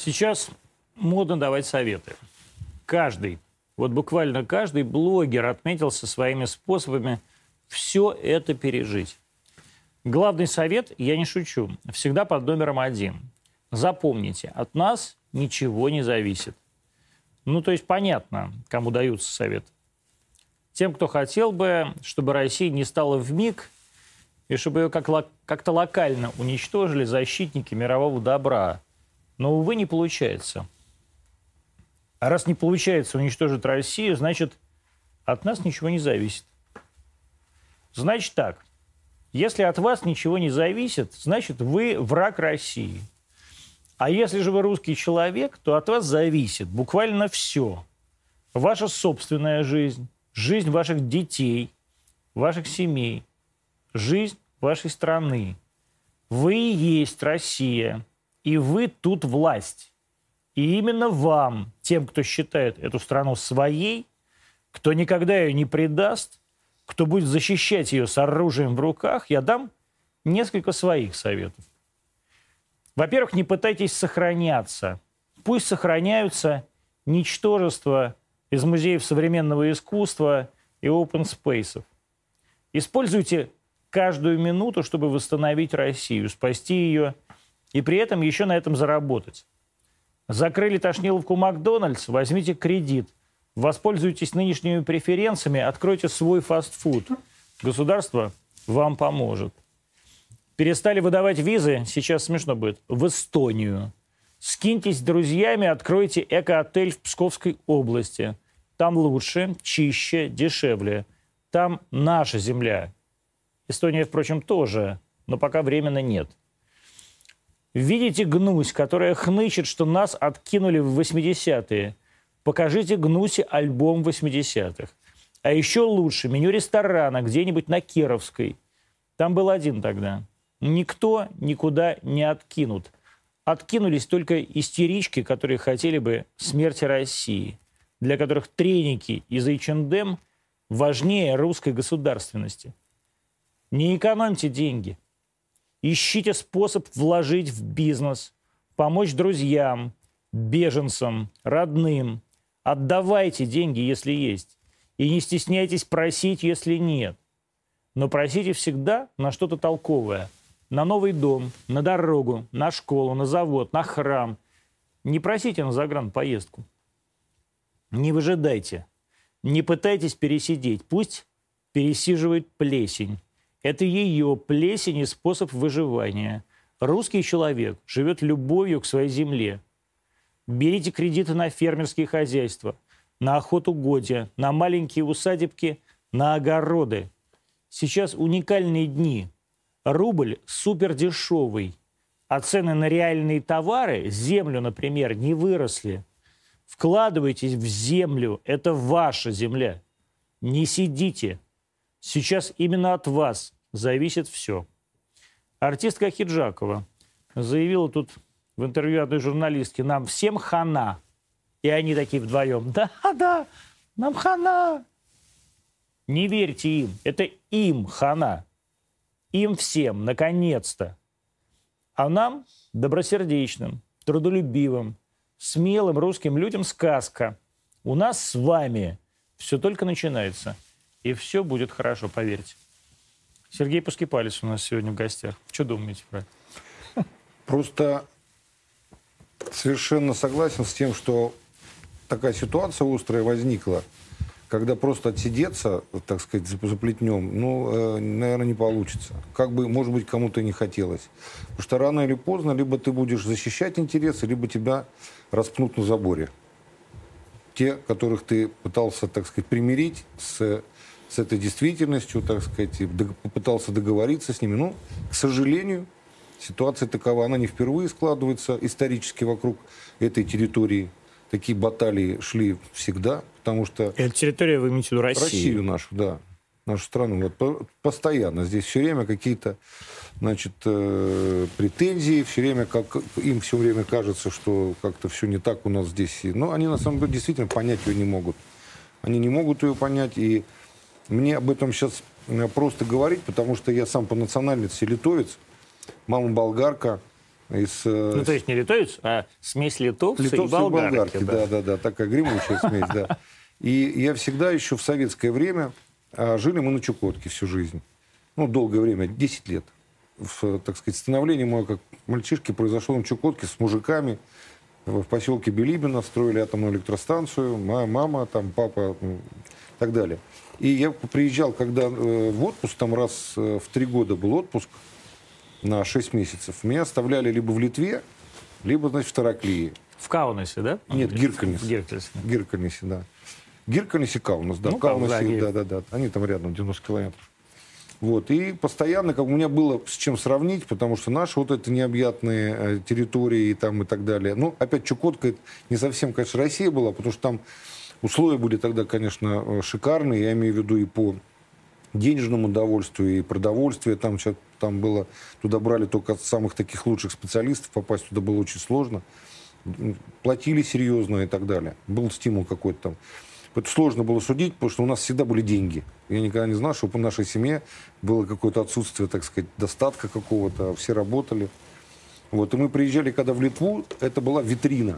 Сейчас модно давать советы. Каждый, вот буквально каждый блогер отметился своими способами все это пережить. Главный совет, я не шучу, всегда под номером 1. Запомните, от нас ничего не зависит. Ну, то есть понятно, кому даются советы. Тем, кто хотел бы, чтобы Россия не стала вмиг, и чтобы ее как-то локально уничтожили защитники мирового добра. Но, увы, не получается. А раз не получается уничтожить Россию, значит, от нас ничего не зависит. Значит так, если от вас ничего не зависит, значит, вы враг России. А если же вы русский человек, то от вас зависит буквально все. Ваша собственная жизнь, жизнь ваших детей, ваших семей, жизнь вашей страны. Вы и есть Россия, и вы тут власть. И именно вам, тем, кто считает эту страну своей, кто никогда ее не предаст, кто будет защищать ее с оружием в руках, я дам несколько своих советов. Во-первых, не пытайтесь сохраняться. Пусть сохраняются ничтожества из музеев современного искусства и open space. Используйте каждую минуту, чтобы восстановить Россию, спасти ее и при этом еще на этом заработать. Закрыли тошниловку Макдональдс, возьмите кредит. Воспользуйтесь нынешними преференциями, откройте свой фастфуд. Государство вам поможет. Перестали выдавать визы, сейчас смешно будет, в Эстонию. Скиньтесь с друзьями, откройте эко-отель в Псковской области. Там лучше, чище, дешевле. Там наша земля. Эстония, впрочем, тоже, но пока временно нет. Видите гнусь, которая хнычет, что нас откинули в 80-е? Покажите гнусе альбом 80-х. А еще лучше меню ресторана где-нибудь на Кировской. Там был один тогда. Никто никуда не откинут. Откинулись только истерички, которые хотели бы смерти России, для которых треники из H&M важнее русской государственности. Не экономьте деньги. Ищите способ вложить в бизнес, помочь друзьям, беженцам, родным. Отдавайте деньги, если есть. И не стесняйтесь просить, если нет. Но просите всегда на что-то толковое. На новый дом, на дорогу, на школу, на завод, на храм. Не просите на загранпоездку. Не выжидайте. Не пытайтесь пересидеть. Пусть пересиживает плесень. Это ее плесень и способ выживания. Русский человек живет любовью к своей земле. Берите кредиты на фермерские хозяйства, на охотугодия, на маленькие усадебки, на огороды. Сейчас уникальные дни. Рубль супердешевый, а цены на реальные товары, землю, например, не выросли. Вкладывайтесь в землю, это ваша земля. Не сидите. Сейчас именно от вас зависит все. Артистка Ахиджакова заявила тут в интервью одной журналистке: нам всем хана. И они такие вдвоем: да, нам хана. Не верьте им, это им хана. Им всем, наконец-то. А нам, добросердечным, трудолюбивым, смелым русским людям, сказка. У нас с вами все только начинается. И все будет хорошо, поверьте. Сергей Пускипалец у нас сегодня в гостях. Что думаете про это? Просто совершенно согласен с тем, что такая ситуация острая возникла, когда просто отсидеться, так сказать, за плетнем, наверное, не получится. Как бы, может быть, кому-то не хотелось. Потому что рано или поздно либо ты будешь защищать интересы, либо тебя распнут на заборе. Те, которых ты пытался, так сказать, примирить с этой действительностью, так сказать, попытался договориться с ними. Но, к сожалению, ситуация такова. Она не впервые складывается исторически вокруг этой территории. Такие баталии шли всегда, потому что... Это территория, вы имеете в виду Россию? Россию нашу, да. Нашу страну. Вот, постоянно. Здесь все время какие-то, значит, претензии, все время, им все время кажется, что как-то все не так у нас здесь. Но они, на самом деле, действительно понять ее не могут. Они не могут ее понять, и мне об этом сейчас просто говорить, потому что я сам по национальности литовец, мама болгарка, Ну, то есть не литовец, а смесь литовца и болгарки. Да, такая гремучая смесь, да. И я всегда еще в советское время, жили мы на Чукотке всю жизнь. Ну, долгое время, 10 лет. Так сказать, становление мое как мальчишки произошло на Чукотке с мужиками. В поселке Билибино строили атомную электростанцию. Моя мама, там, папа и так далее. И я приезжал, когда в отпуск, там раз в 3 года был отпуск на 6 месяцев. Меня оставляли либо в Литве, либо, значит, в Тараклии. В Каунасе, да? Нет, Гирканес. В Гирканесе, да. Гирканес и Каунас, да. Ну, Каунасе, да. Они там рядом, 90 километров. Вот. И постоянно, как у меня было с чем сравнить, потому что наши вот эти необъятные территории там, и так далее. Ну, опять Чукотка, это не совсем, конечно, Россия была, потому что там условия были тогда, конечно, шикарные. Я имею в виду и по денежному удовольствию, и продовольствие. Там было, туда брали только самых таких лучших специалистов, попасть туда было очень сложно. Платили серьезно и так далее. Был стимул какой-то там. Это сложно было судить, потому что у нас всегда были деньги. Я никогда не знал, что в нашей семье было какое-то отсутствие, так сказать, достатка какого-то, все работали. Вот. И мы приезжали, когда в Литву, это была витрина,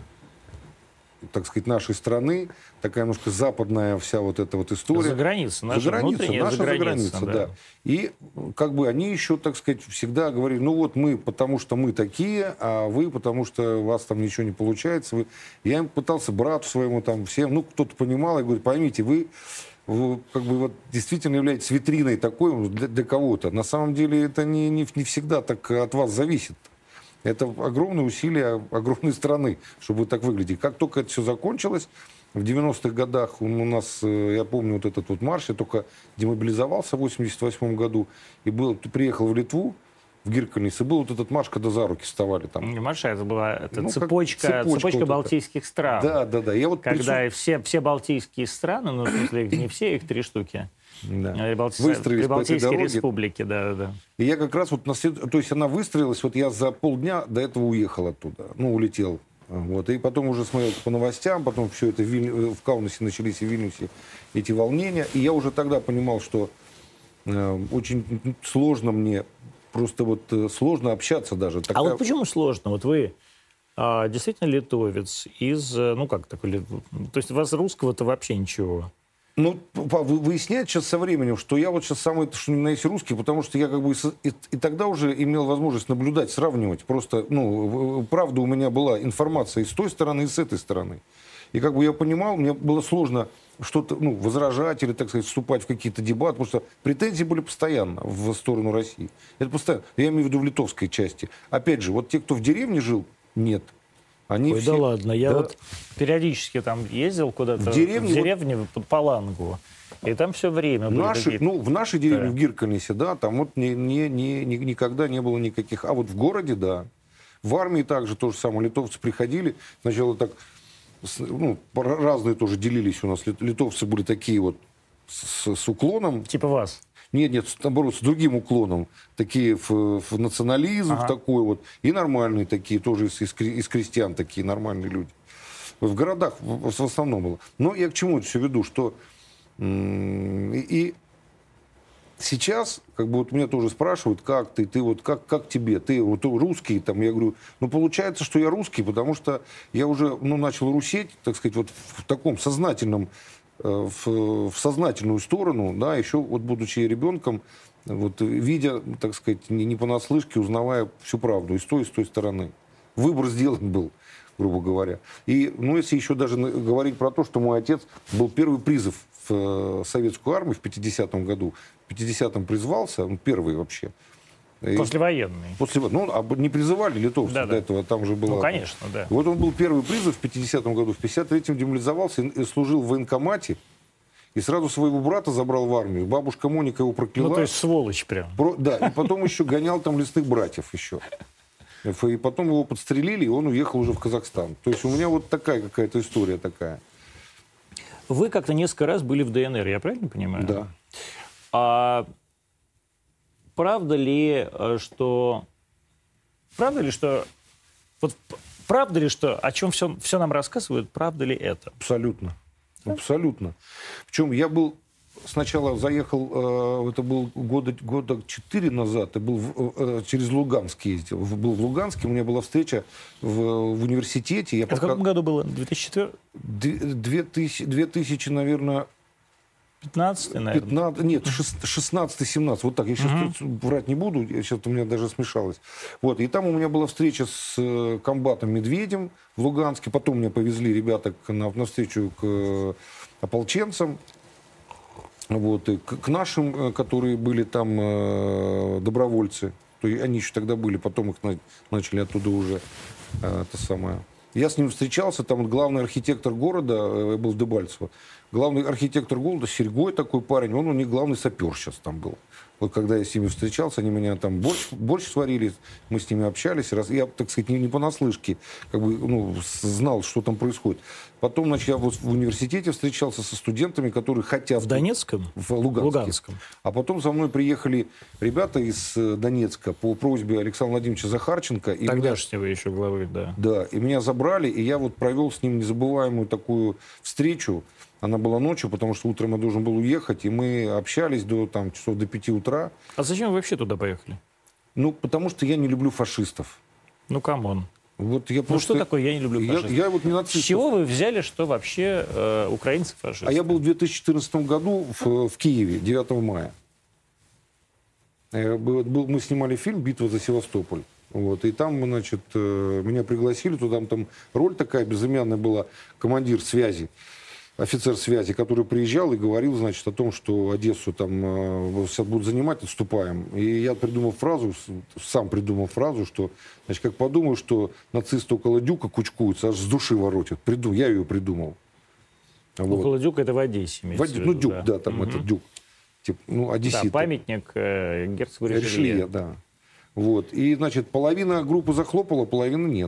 так сказать, нашей страны, такая немножко западная вся вот эта вот история. За границей, наша внутренняя за граница, да. И как бы они еще, так сказать, всегда говорили, ну вот мы, потому что мы такие, а вы, потому что у вас там ничего не получается. Я им пытался брату своему там всем, ну кто-то понимал, я говорю, поймите, вы как бы вот действительно являетесь витриной такой для кого-то. На самом деле это не всегда так от вас зависит. Это огромные усилия огромной страны, чтобы вы так выглядели. Как только это все закончилось, в 90-х годах у нас, я помню, вот этот вот марш, я только демобилизовался в 88 году, и приехал в Литву, в Гирканес, и был вот этот марш, когда за руки вставали там. Не марш, это была цепочка вот балтийских стран. Да. Я вот когда все балтийские страны, ну, в смысле, не все, их 3 штуки, выстроились по этой дороге. Республики, да. И я как раз вот то есть она выстроилась, вот я за полдня до этого уехал оттуда, улетел. Вот. И потом уже смотрел по новостям, потом все это в Каунасе начались и в Вильнюсе эти волнения. И я уже тогда понимал, что очень сложно мне, просто вот сложно общаться даже. А вот почему сложно? Вот вы действительно литовец из, то есть у вас русского-то вообще ничего. Ну, выясняет сейчас со временем, что я вот сейчас самый, что ни на есть русский, потому что я как бы и тогда уже имел возможность наблюдать, сравнивать. Просто, правда, у меня была информация и с той стороны, и с этой стороны. И как бы я понимал, мне было сложно что-то, возражать или, так сказать, вступать в какие-то дебаты, потому что претензии были постоянно в сторону России. Это постоянно. Я имею в виду в литовской части. Опять же, вот те, кто в деревне жил, нет. Ой, да ладно, я вот периодически там ездил куда-то в деревню под Палангу, и там все время были в нашей деревне, в Гирканесе, да, там вот никогда не было никаких... А вот в городе, да. В армии также то же самое. Литовцы приходили, сначала так, разные тоже делились у нас. Литовцы были такие вот с уклоном. Типа вас? Нет, наоборот, с другим уклоном. Такие в национализм, в такой вот. И нормальные такие, тоже из крестьян такие нормальные люди. В городах в основном было. Но я к чему это все веду, что и сейчас, как бы вот меня тоже спрашивают, как ты вот, как тебе, ты вот русский, там, я говорю, получается, что я русский, потому что я уже, начал русеть, так сказать, вот в таком сознательном, в сознательную сторону, да, еще вот будучи ребенком, вот видя, так сказать, не понаслышке, узнавая всю правду и с той стороны. Выбор сделан был, грубо говоря. И, если еще даже говорить про то, что мой отец был первый призыв в советскую армию в 50-м году, в 50-м призвался, первый вообще. Послевоенный. Не призывали литовцев до этого, там уже было... конечно, да. Вот он был первый призыв в 50-м году, в 53-м демобилизовался и служил в военкомате, и сразу своего брата забрал в армию. Бабушка Моника его прокляла. То есть сволочь прям. Да, и потом еще гонял там лесных братьев еще. И потом его подстрелили, и он уехал уже в Казахстан. То есть у меня вот такая какая-то история такая. Вы как-то несколько раз были в ДНР, я правильно понимаю? Да. Правда ли, что о чем все нам рассказывают, правда ли это? Абсолютно. Абсолютно. Причем я был сначала заехал, это был года 4 назад, я был через Луганск ездил. Был в Луганске, у меня была встреча в университете. Это в каком году было? 2004? 2000, наверное... 15, наверное? 15, нет, 16-17, вот так. Я сейчас врать не буду, сейчас у меня даже смешалось. Вот, и там у меня была встреча с комбатом Медведем в Луганске. Потом меня повезли ребята на встречу к ополченцам. Вот, и к нашим, которые были там добровольцы. То есть они еще тогда были, потом их начали оттуда уже это самое. Я с ним встречался, там главный архитектор города, я был в Дебальцево, главный архитектор города, Серегой такой парень, он у них главный сапер сейчас там был. Вот когда я с ними встречался, они меня там борщ сварили, мы с ними общались. Я, так сказать, не понаслышке как бы, ну, знал, что там происходит. Потом, значит, я вот в университете встречался со студентами, которые хотят... В Донецком? В Луганске. А потом за мной приехали ребята из Донецка по просьбе Александра Владимировича Захарченко. Тогдашнего еще главы, да. Да, и меня забрали, и я вот провел с ним незабываемую такую встречу. Она была ночью, потому что утром я должен был уехать, и мы общались до часов до 5 утра. А зачем вы вообще туда поехали? Ну, потому что я не люблю фашистов. Ну, камон. Вот я просто... что такое «я не люблю фашистов»? Я вот не нацистов. С чего вы взяли, что вообще украинцы фашисты? А я был в 2014 году в Киеве, 9 мая. Мы снимали фильм «Битва за Севастополь». Вот, и там, значит, меня пригласили туда, там роль такая безымянная была, командир связи. Офицер связи, который приезжал и говорил, значит, о том, что Одессу там сейчас будут занимать, отступаем. И я сам придумал фразу, что, значит, как подумаю, что нацисты около Дюка кучкуются, аж с души воротят. Я ее придумал. Вот. Около Дюка это в Одессе. Ну, Дюк, да, там это Дюк. Типа, ну, одесситы. Да, памятник герцогу Ришелье, да. Вот. И, значит, половина группы захлопала, половина нет.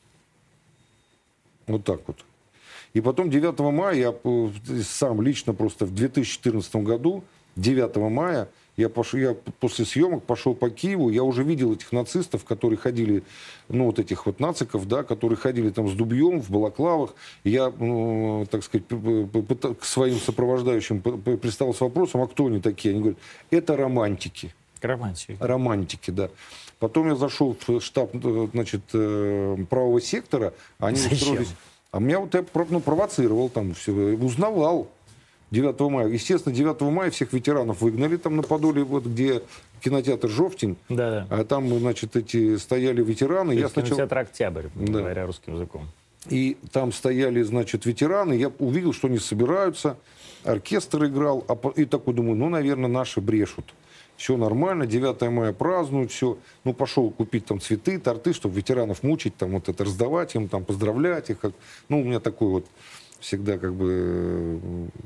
Вот так вот. И потом 9 мая я сам лично просто в 2014 году, 9 мая, я после съемок пошел по Киеву, я уже видел этих нацистов, которые ходили, ну вот этих вот нациков, да, которые ходили там с дубьем, в балаклавах. И я, так сказать, к своим сопровождающим пристал с вопросом, а кто они такие? Они говорят, это романтики. Романтики, да. Потом я зашел в штаб, значит, правого сектора, они устроились... А меня вот я провоцировал там все, узнавал 9 мая. Естественно, 9 мая всех ветеранов выгнали там на Подоле, вот где кинотеатр «Жовтень». Да. А там, значит, стояли ветераны. Я кинотеатр «Октябрь», говоря русским языком. И там стояли, значит, ветераны. Я увидел, что они собираются. Оркестр играл. И такой думаю, ну, наверное, наши брешут. Все нормально, 9 мая празднуют, все. Ну, пошел купить там цветы, торты, чтобы ветеранов мучить, там вот это раздавать им, там поздравлять их. Ну, у меня такое вот всегда как бы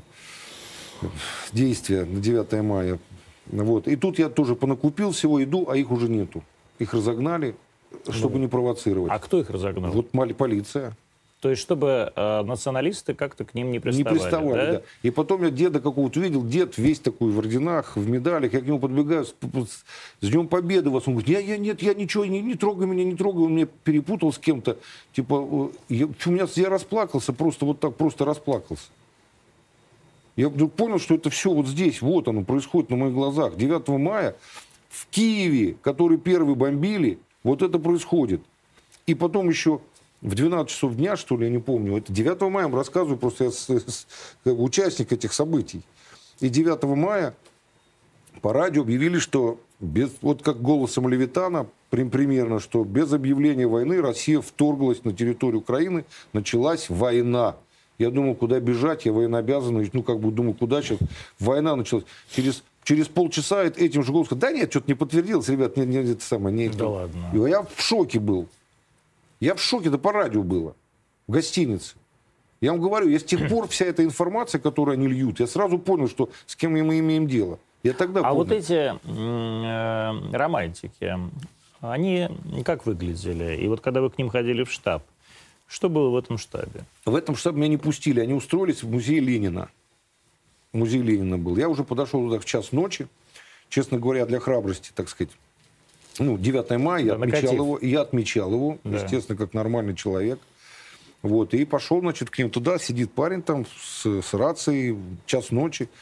действие на 9 мая. Вот. И тут я тоже понакупил всего, иду, а их уже нету. Их разогнали, чтобы не провоцировать. А кто их разогнал? Вот полиция. То есть, чтобы националисты как-то к ним не приставали. Не приставали, да. И потом я деда какого-то увидел, дед весь такой в орденах, в медалях. Я к нему подбегаю, с Днем Победы вас. Он говорит, нет, я ничего, не трогай меня, не трогай. Он меня перепутал с кем-то. Типа, я расплакался, просто вот так, просто расплакался. Я вдруг понял, что это все вот здесь, вот оно происходит на моих глазах. 9 мая в Киеве, который первый бомбили, вот это происходит. И потом еще... В 12 часов дня, что ли, я не помню. Это 9 мая, я рассказываю, просто я участник этих событий. И 9 мая по радио объявили, что, вот как голосом Левитана, примерно, что без объявления войны Россия вторглась на территорию Украины, началась война. Я думал, куда бежать, я военнообязанный, думал, куда сейчас. Война началась. Через полчаса этим же голосом, да нет, что-то не подтвердилось, ребят, это самое. Да ладно. Я в шоке был. Я в шоке, да по радио было, в гостинице. Я вам говорю, с тех пор вся эта информация, которую они льют, я сразу понял, что с кем мы имеем дело. Я тогда понял. Вот эти романтики, они как выглядели? И вот когда вы к ним ходили в штаб, что было в этом штабе? В этом штабе меня не пустили, они устроились в музей Ленина. Музей Ленина был. Я уже подошел туда в час ночи, честно говоря, для храбрости, так сказать. 9 мая, я отмечал его, естественно, как нормальный человек. Вот, и пошел, значит, к ним туда, сидит парень там с рацией, час ночи.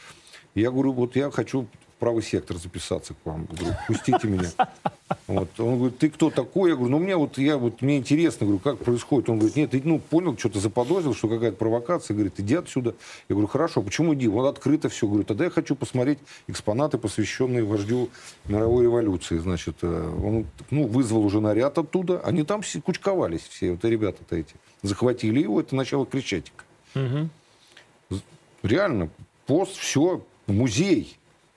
Я говорю, вот я хочу в правый сектор записаться к вам. Говорю, пустите меня. Вот. Он говорит, ты кто такой? Я говорю, мне интересно, говорю, как происходит. Он говорит, нет, ты понял, что-то заподозрил, что какая-то провокация. Говорит, иди отсюда. Я говорю, хорошо, почему иди? Вот открыто все. Говорю, тогда я хочу посмотреть экспонаты, посвященные вождю мировой революции. Значит, он вызвал уже наряд оттуда. Они там все кучковались, все вот ребята-то эти. Захватили его, это начало Крещатика. Угу. Реально, пост, все, музей.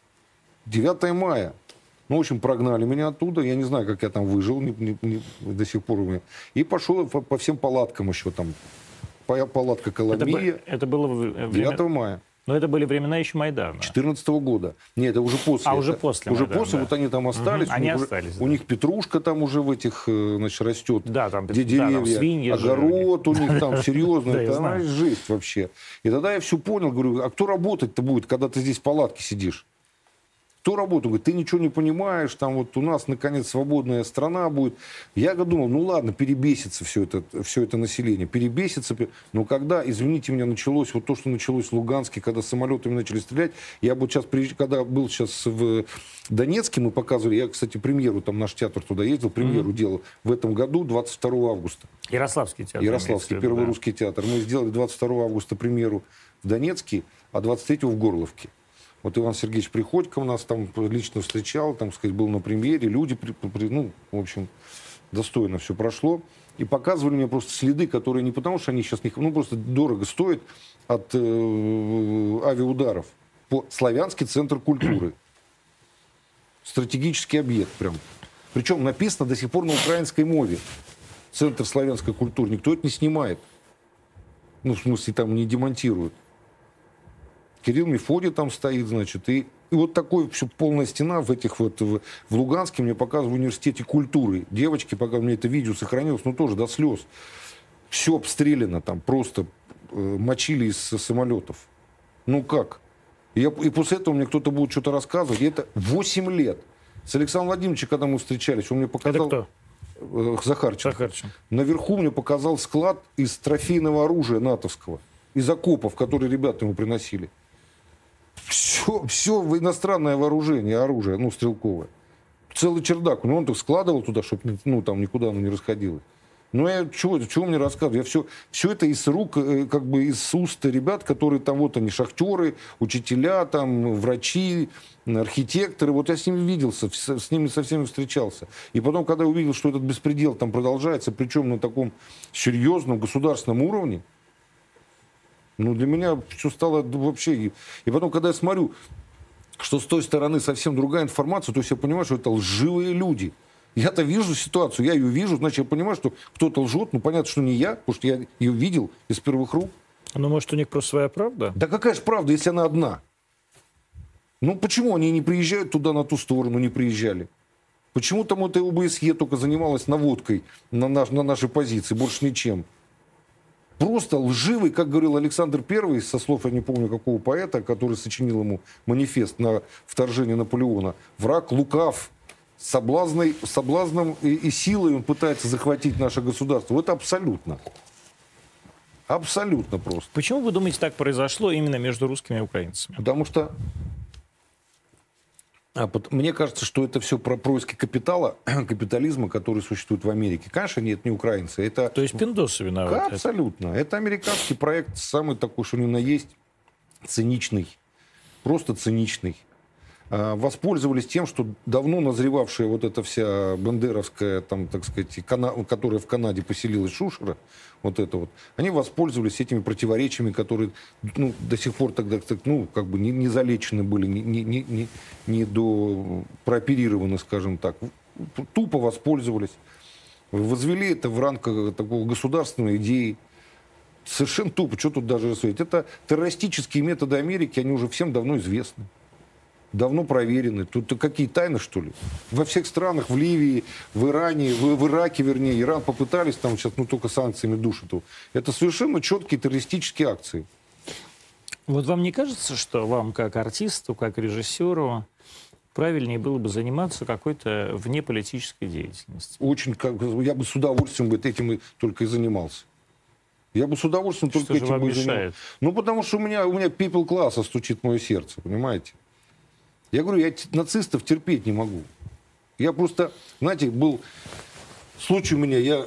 9 мая. Ну, в общем, прогнали меня оттуда. Я не знаю, как я там выжил до сих пор у меня. И пошел по всем палаткам еще там. Палатка Коломия. Это было 9 мая. Но это были времена еще Майдана. 2014 года. Нет, это уже после. Уже после Уже Майдана, после, да. вот они там остались. Они остались. У них петрушка там уже в этих, значит, растет. Да, там деревья, там свиньи, огород у них там, серьезно. Это жесть вообще. И тогда я все понял, говорю, а кто работать-то будет, когда ты здесь в палатке сидишь? Кто работает? Говорит, ты ничего не понимаешь, там вот у нас, наконец, свободная страна будет. Я думал, ну ладно, перебесится все это население, перебесится. Но когда, извините меня, началось вот то, что началось в Луганске, когда самолетами начали стрелять, я вот сейчас, когда был сейчас в Донецке, мы показывали, я, кстати, премьеру, там наш театр туда ездил, премьеру делал в этом году, 22 августа. Ярославский театр. Ярославский, первый русский театр. Мы сделали 22 августа премьеру в Донецке, а 23 в Горловке. Вот Иван Сергеевич Приходько у нас там лично встречал, там, сказать, был на премьере, люди, в общем, достойно все прошло. И показывали мне просто следы, которые не потому, что они сейчас просто дорого стоят от авиаударов по Славянский центр культуры. Стратегический объект прям. Причем написано до сих пор на украинской мове. Центр славянской культуры. Никто это не снимает. В смысле, там не демонтируют. Кирилл Мефодий там стоит, значит, и вот такой все полная стена в Луганске мне показывают в университете культуры. Девочки, пока у меня это видео сохранилось, тоже до слез. Все обстреляно там, просто мочили из самолетов. Ну как? И после этого мне кто-то будет что-то рассказывать. И это 8 лет. С Александром Владимировичем, когда мы встречались, он мне показал... Это кто? Захарченко. Наверху мне показал склад из трофейного оружия натовского. Из окопов, которые ребята ему приносили. Все иностранное вооружение, оружие, стрелковое. Целый чердак. Он так складывал туда, чтобы там никуда оно не расходилось. Чего мне рассказывать? Я все это из рук, из уст ребят, которые там, вот они, шахтеры, учителя, там, врачи, архитекторы. Вот я с ними виделся, с ними со всеми встречался. И потом, когда я увидел, что этот беспредел там продолжается, причем на таком серьезном государственном уровне, для меня все стало вообще... И потом, когда я смотрю, что с той стороны совсем другая информация, то есть я понимаю, что это лживые люди. Я-то вижу ситуацию, я ее вижу, значит, я понимаю, что кто-то лжет. Понятно, что не я, потому что я ее видел из первых рук. Может, у них просто своя правда? Да какая же правда, если она одна? Почему они не приезжают туда, на ту сторону, не приезжали? Почему там это ОБСЕ только занималась наводкой на нашей позиции, больше ничем? Просто лживый, как говорил Александр I, со слов, я не помню какого поэта, который сочинил ему манифест на вторжение Наполеона. Враг лукав, соблазном и силой он пытается захватить наше государство. Вот абсолютно. Абсолютно просто. Почему вы думаете, так произошло именно между русскими и украинцами? Потому что мне кажется, что это все про происки капитализма, который существует в Америке. Конечно, нет, не украинцы. Это... То есть пиндосы виноваты? Абсолютно. Это американский проект, самый такой, что ни на есть, циничный. Просто циничный. Воспользовались тем, что давно назревавшая вот эта вся бандеровская, там, так сказать, которая в Канаде поселилась, Шушера, вот это вот, они воспользовались этими противоречиями, которые до сих пор тогда, не залечены были, не прооперированы, скажем так. Тупо воспользовались. Возвели это в рамках такого государственной идеи. Совершенно тупо. Что тут даже рассуждать? Это террористические методы Америки, они уже всем давно известны. Давно проверены. Тут какие тайны, что ли? Во всех странах, в Ливии, в Иране, в Ираке, вернее, Иран попытались, там сейчас, только санкциями душат. Это совершенно четкие террористические акции. Вот вам не кажется, что вам, как артисту, как режиссеру, правильнее было бы заниматься какой-то внеполитической деятельностью? Очень, я бы с удовольствием этим только и занимался. Я бы с удовольствием Что только же этим вам бы мешает? занимался. Ну, потому что у меня пепел класса стучит в мое сердце, понимаете? Я говорю, я нацистов терпеть не могу. Я просто, знаете, был случай у меня,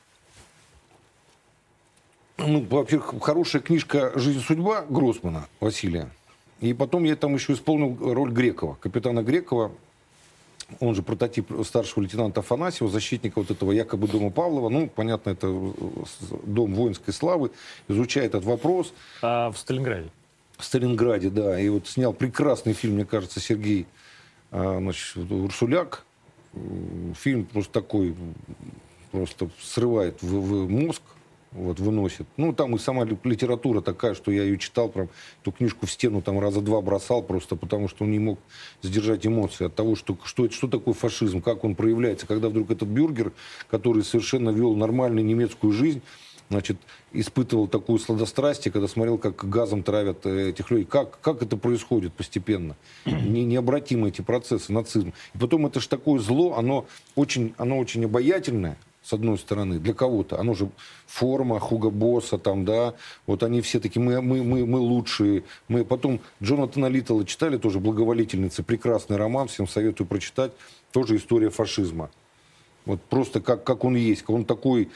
во-первых, хорошая книжка «Жизнь, судьба» Гроссмана Василия. И потом я там еще исполнил роль Грекова, капитана Грекова. Он же прототип старшего лейтенанта Афанасьева, защитника вот этого якобы дома Павлова. Ну, понятно, это дом воинской славы. Изучает этот вопрос. А в Сталинграде? В Сталинграде, да. И вот снял прекрасный фильм, мне кажется, Сергей Урсуляк. Фильм просто такой, просто срывает в мозг, вот, выносит. Ну, там и сама литература такая, что я ее читал, прям эту книжку в стену там раза два бросал, просто потому что он не мог сдержать эмоции от того, что такое фашизм, как он проявляется, когда вдруг этот бюргер, который совершенно вел нормальную немецкую жизнь, значит, испытывал такую сладострастие, когда смотрел, как газом травят этих людей. Как это происходит постепенно? Необратимы эти процессы, нацизм. И потом это же такое зло, оно очень обаятельное, с одной стороны, для кого-то. Оно же форма Хуго Босса, там, да, вот они все такие, мы лучшие. Мы потом Джонатана Литтла читали, тоже «Благоволительница», прекрасный роман, всем советую прочитать, тоже история фашизма. Вот просто как он есть, это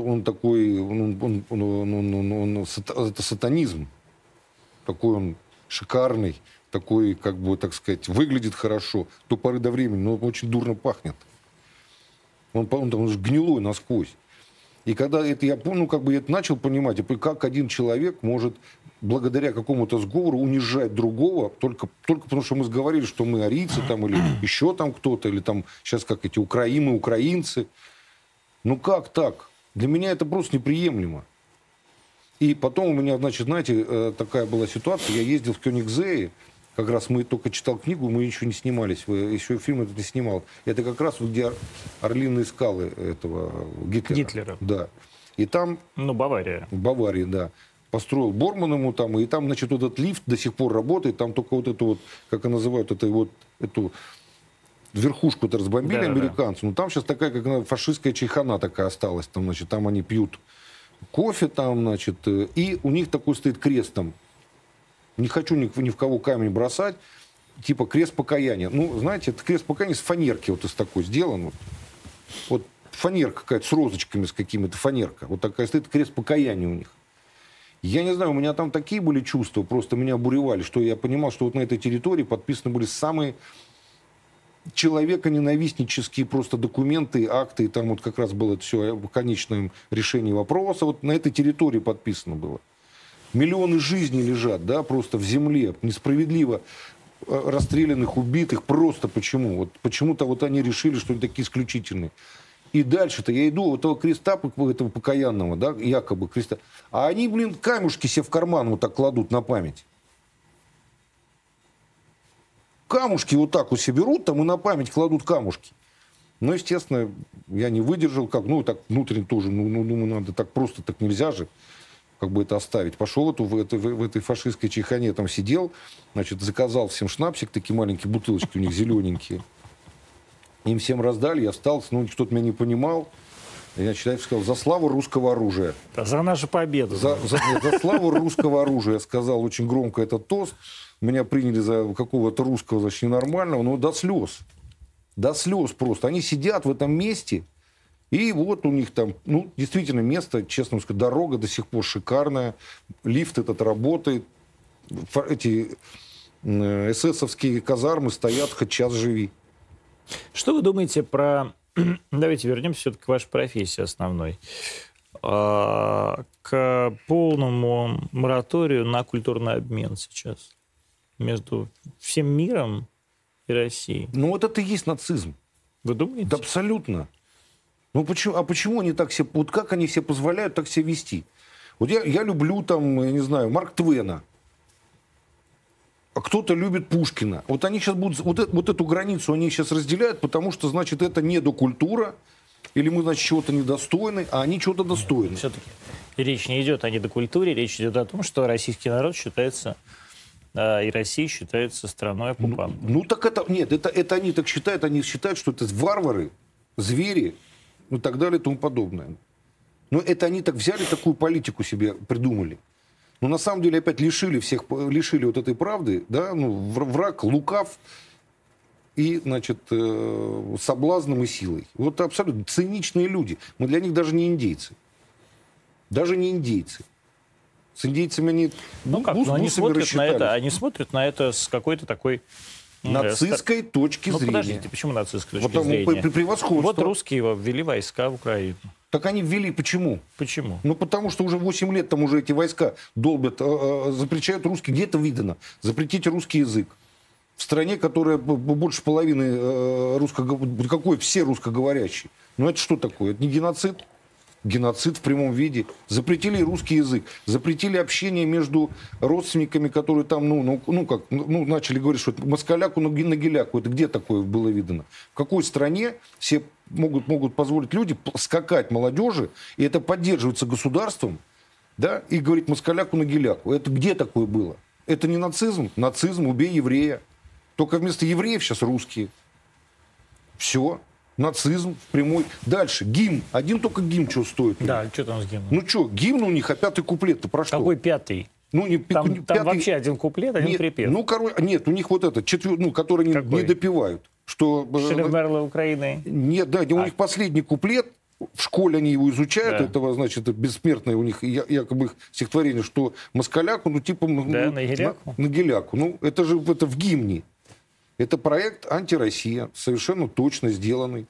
сатанизм, такой он шикарный, такой, как бы, так сказать, выглядит хорошо, до поры до времени, но очень дурно пахнет. Он же гнилой насквозь. И когда это я помню, как бы я это начал понимать, как один человек может благодаря какому-то сговору унижать другого, только потому что мы сговорились, что мы арийцы там, или еще там кто-то, или там сейчас как эти украинцы. Ну как так? Для меня это просто неприемлемо. И потом у меня, значит, знаете, такая была ситуация, я ездил в Кёнигсее, как раз мы только читал книгу, мы еще не снимались, еще фильм этот не снимал. Это как раз где Орлиные скалы этого Гитлера. Да. И там... Ну, Бавария. В Баварии, да. Построил Борман ему там, и там, значит, вот этот лифт до сих пор работает, там только вот эту вот, как они называют, эту верхушку-то разбомбили американцы. Но там сейчас такая, как фашистская чайхана такая осталась, там, значит, там они пьют кофе там, значит, и у них такой стоит крест там. Не хочу ни в кого камень бросать, типа крест покаяния. Ну, знаете, это крест покаяния с фанерки вот из такой сделан. Вот фанерка какая-то с розочками, с какими-то фанерка. Вот такая стоит, крест покаяния у них. Я не знаю, у меня там такие были чувства, просто меня обуревали, что я понимал, что вот на этой территории подписаны были самые человеконенавистнические просто документы, акты, и там вот как раз было это все в конечном решении вопроса. Вот на этой территории подписано было. Миллионы жизней лежат, да, просто в земле, несправедливо расстрелянных, убитых. Просто почему? Вот почему-то вот они решили, что они такие исключительные. И дальше-то я иду вот этого креста, этого покаянного, да, якобы креста. А они, блин, камушки себе в карман вот так кладут на память. Камушки вот так вот себе берут, там и на память кладут камушки. Ну, естественно, я не выдержал, так внутренне тоже, думаю, надо так просто, так нельзя же. Как бы это оставить. Пошел в этой фашистской чайхане, там сидел, значит, заказал всем шнапсик, такие маленькие бутылочки у них зелененькие. Им всем раздали, я встал, ну, кто-то меня не понимал. Я, человек сказал, за славу русского оружия. За нашу победу. За славу русского оружия. Я сказал очень громко этот тост. Меня приняли за какого-то русского, значит, ненормального, но до слез. До слез просто. Они сидят в этом месте. И вот у них там, ну, действительно, место, честно сказать, дорога до сих пор шикарная, лифт этот работает, эти эсэсовские казармы стоят, хоть час живи. Что вы думаете про... Давайте вернемся все-таки к вашей профессии основной. К полному мораторию на культурный обмен сейчас между всем миром и Россией. Ну, вот это и есть нацизм. Вы думаете? Да абсолютно. Ну, почему они так себе... Вот как они себе позволяют так себя вести? Вот я люблю, там, я не знаю, Марк Твена. А кто-то любит Пушкина. Вот они сейчас будут... Вот эту границу они сейчас разделяют, потому что, значит, это недокультура, или мы, значит, чего-то недостойны, а они чего-то достойны. Все-таки речь не идет о недокультуре, речь идет о том, что российский народ считается... и Россия считается страной оккупантом. Ну, так это... Нет, это они так считают. Они считают, что это варвары, звери, ну, и так далее, и тому подобное. Но это они так взяли, такую политику себе придумали. Но на самом деле опять лишили вот этой правды, да, ну, враг лукав и, значит, соблазном и силой. Вот абсолютно циничные люди. Мы для них даже не индейцы. Даже не индейцы. С индейцами они они смотрят на это с какой-то такой нацистской точки зрения. Подождите, почему нацистской точки Потому зрения? Превосходство. Вот русские ввели войска в Украину. Так они ввели. Почему? Почему? Ну, потому что уже 8 лет там уже эти войска долбят, запрещают русский. Где это видано? Запретите русский язык. В стране, которая больше половины русскоговорящих. Какой все русскоговорящие? Ну, это что такое? Это не геноцид? Геноцид в прямом виде. Запретили русский язык. Запретили общение между родственниками, которые там, начали говорить, что это москаляку на геляку. Это где такое было видно? В какой стране все могут позволить люди скакать молодежи, и это поддерживается государством, да, и говорить москаляку на геляку? Это где такое было? Это не нацизм? Нацизм, убей еврея. Только вместо евреев сейчас русские. Все. Нацизм в прямой. Дальше. Гимн. Один только гимн что стоит. Да, что там с гимном? Ну что, гимн у них, а пятый куплет-то про что? Какой пятый? Ну, не, там пятый... вообще один куплет, один припев. Нет, у них вот это, который не допевают. Что, Шелег мерла Украины. Нет, да, у них последний куплет, в школе они его изучают, да. Этого, значит, бессмертное у них якобы их стихотворение, что москаляку, на геляку. На геляку. Ну, это же это в гимне. Это проект «Антироссия», совершенно точно сделанный.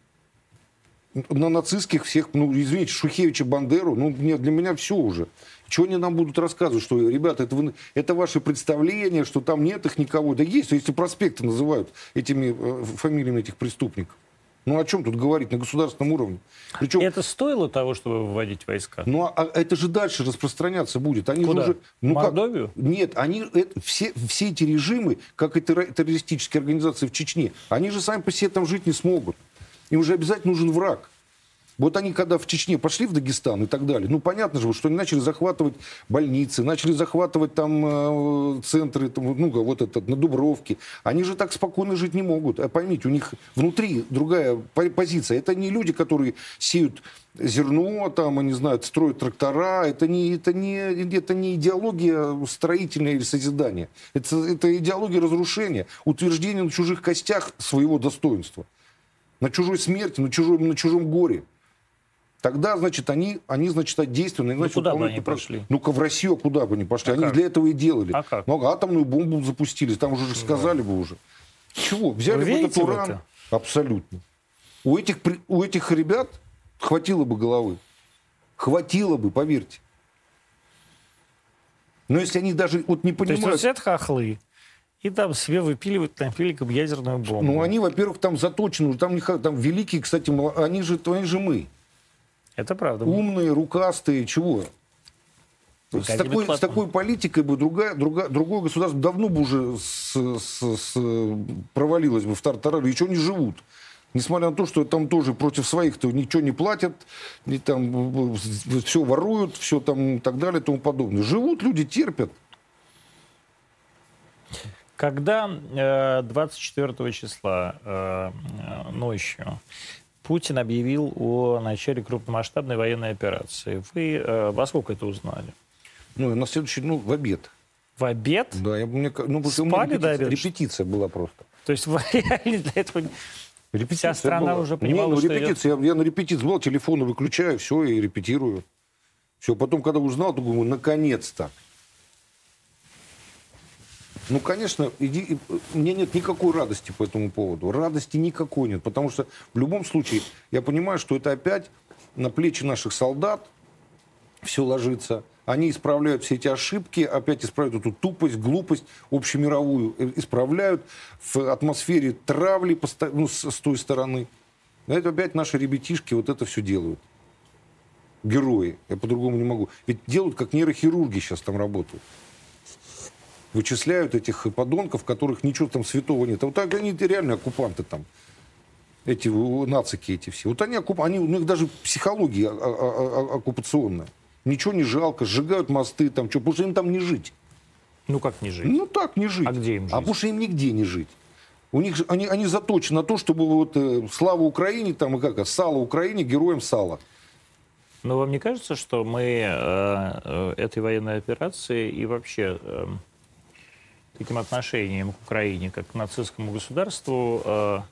На нацистских всех, извините, Шухевича, Бандеру, для меня все уже. Чего они нам будут рассказывать, что, ребята, это ваше представление, что там нет их никого. Да есть, если проспекты называют этими фамилиями этих преступников. Ну, о чем тут говорить на государственном уровне? Причем, это стоило того, чтобы выводить войска? Ну, а это же дальше распространяться будет. Они куда? Уже, в Мордовию? Нет, все эти режимы, как и террористические организации в Чечне, они же сами по себе там жить не смогут. Им же обязательно нужен враг. Вот они, когда в Чечне пошли в Дагестан и так далее, понятно же, что они начали захватывать больницы, начали захватывать там центры, на Дубровке. Они же так спокойно жить не могут. А поймите, у них внутри другая позиция. Это не люди, которые сеют зерно, там, я не знаю, строят трактора. Это не идеология строительная или созидания. Это идеология разрушения, утверждения на чужих костях своего достоинства. На чужой смерти, на чужом горе. Тогда, значит, они действенные. Ну, куда бы они пошли? Ну-ка, в Россию куда бы они пошли? А они как? для этого и делали. А как? Атомную бомбу запустили. Там уже сказали бы уже. Чего? Взяли бы этот уран? Абсолютно. У этих ребят хватило бы головы. Хватило бы, поверьте. Но если они даже не понимают... То есть сидят хохлы и там себе выпиливают там пиликом ядерную бомбу. Ну, они, во-первых, там заточены. Там великие, кстати, они же мы. Это правда. Умные, рукастые, чего? С такой политикой бы другое государство давно бы уже провалилось бы в тартарары. Еще не живут. Несмотря на то, что там тоже против своих-то ничего не платят, там все воруют, все там и так далее и тому подобное. Живут люди, терпят. Когда 24 числа ночью Путин объявил о начале крупномасштабной военной операции, вы во сколько это узнали? На следующий, в обед. В обед? Да, спали до обеда? Репетиция была просто. То есть вы реально для этого... Вся страна была. уже понимала, что репетиция. Я на репетиции был, телефон выключаю, все, и репетирую. Все, потом, когда узнал, то думаю, наконец-то. Конечно, у меня нет никакой радости по этому поводу. Радости никакой нет, потому что в любом случае я понимаю, что это опять на плечи наших солдат все ложится. Они исправляют все эти ошибки, опять исправляют эту тупость, глупость общемировую, исправляют в атмосфере травли с той стороны. Это опять наши ребятишки вот это все делают. Герои, я по-другому не могу. Ведь делают, как нейрохирурги сейчас там работают. Вычисляют этих подонков, которых ничего там святого нет. А вот так они реально оккупанты там. Эти нацики эти все. Вот у них даже психология оккупационная. Ничего не жалко, сжигают мосты там, потому что им там не жить. Ну как не жить? Ну так не жить. А где им жить? Потому что им нигде не жить. У них же, они заточены на то, чтобы слава Украине, там, сало Украине, героям сала. Но вам не кажется, что мы этой военной операцией и вообще таким отношением к Украине, как к нацистскому государству,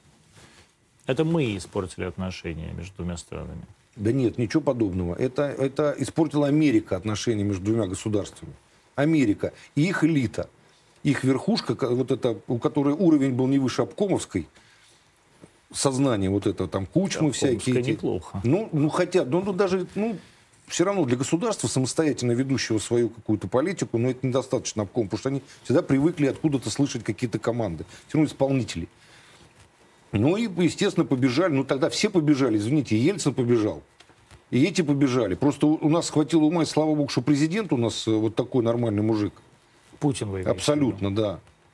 это мы испортили отношения между двумя странами? Да нет, ничего подобного. Это испортила Америка отношения между двумя государствами. Америка и их элита, их верхушка, вот это, у которой уровень был не выше обкомовской, сознание вот это, там, Кучмы всякие. Эти. Неплохо. Хотя, даже, все равно для государства, самостоятельно ведущего свою какую-то политику, но это недостаточно обком, потому что они всегда привыкли откуда-то слышать какие-то команды. Все равно исполнители. Ну и, естественно, побежали. Тогда все побежали, извините, Ельцин побежал. И эти побежали. Просто у нас хватило ума, и слава богу, что президент у нас вот такой нормальный мужик. Путин вы. Абсолютно, да.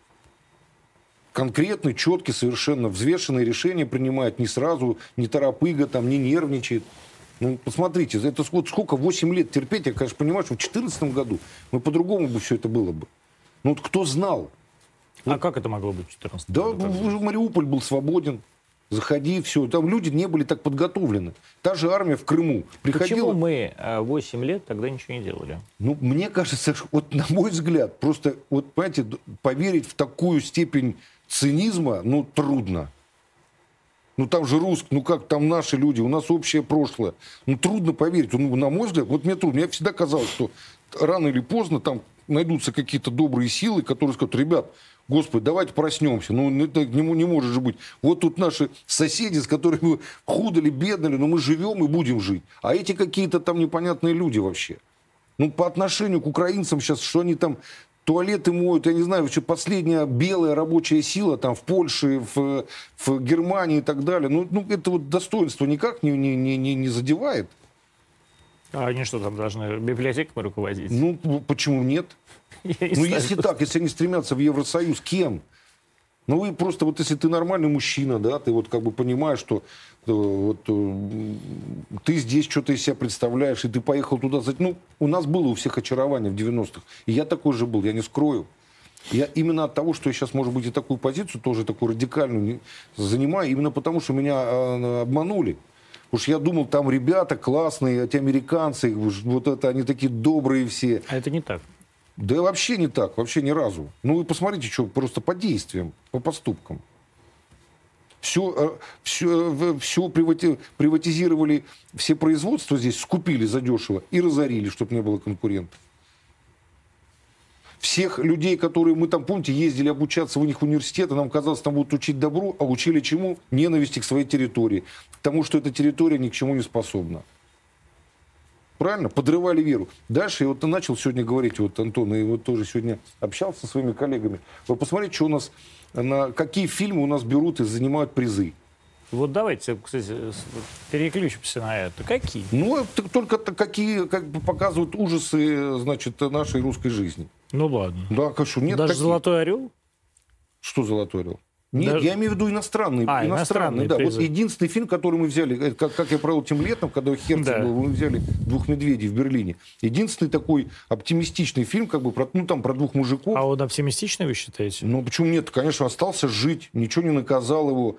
Конкретный, четкий, совершенно взвешенные решения принимает не сразу, не торопыга, там, не нервничает. Посмотрите, это сколько, 8 лет терпеть, я, конечно, понимаю, что в 2014 году по-другому бы все это было бы. Кто знал? Как это могло быть в 2014 году? Да, Мариуполь был свободен. Заходи, все. Там люди не были так подготовлены. Та же армия в Крыму приходила. Почему мы 8 лет тогда ничего не делали? Мне кажется, на мой взгляд, просто, понимаете, поверить в такую степень цинизма, трудно. Там же русские, как там наши люди, у нас общее прошлое. Трудно поверить. На мой взгляд, мне трудно. Мне всегда казалось, что рано или поздно там найдутся какие-то добрые силы, которые скажут: ребят, Господи, давайте проснемся. Это не может же быть. Вот тут наши соседи, с которыми мы худали, бедали, но мы живем и будем жить. А эти какие-то там непонятные люди вообще. По отношению к украинцам сейчас, что они там туалеты моют, я не знаю, вообще последняя белая рабочая сила там в Польше, в Германии и так далее. Это достоинство никак не задевает. А они что, там должны библиотеками руководить? Почему нет? Если так, если они стремятся в Евросоюз, кем? Вы просто, если ты нормальный мужчина, да, ты понимаешь, что ты здесь что-то из себя представляешь, и ты поехал туда. У нас было у всех очарование в 90-х. И я такой же был, я не скрою. Я именно от того, что я сейчас, может быть, и такую позицию, тоже такую радикальную, занимаю, именно потому, что меня обманули. Потому что я думал, там ребята классные, эти американцы, они такие добрые все. А это не так. Да вообще не так, вообще ни разу. Вы посмотрите, что просто по действиям, по поступкам. Все приватизировали, все производства здесь скупили задешево и разорили, чтобы не было конкурентов. Всех людей, которые мы там, помните, ездили обучаться в них университеты, нам казалось, там будут учить добру, а учили чему? Ненависти к своей территории. К тому, что эта территория ни к чему не способна. Правильно? Подрывали веру. Дальше я начал сегодня говорить, Антон, и тоже сегодня общался со своими коллегами. Вы посмотрите, что у нас, какие фильмы у нас берут и занимают призы. Давайте, кстати, переключимся на это. Какие? Только какие показывают ужасы, нашей русской жизни. Ладно. Да, конечно, нет. Даже «Золотой орел»? Что «Золотой орел»? Нет, я имею в виду иностранные. Иностранные, да. Единственный фильм, который мы взяли, как я провел тем летом, когда Херцог был, мы взяли «Двух медведей» в Берлине. Единственный такой оптимистичный фильм, про двух мужиков. А он оптимистичный, вы считаете? Почему нет? Конечно, остался жить, ничего не наказал его,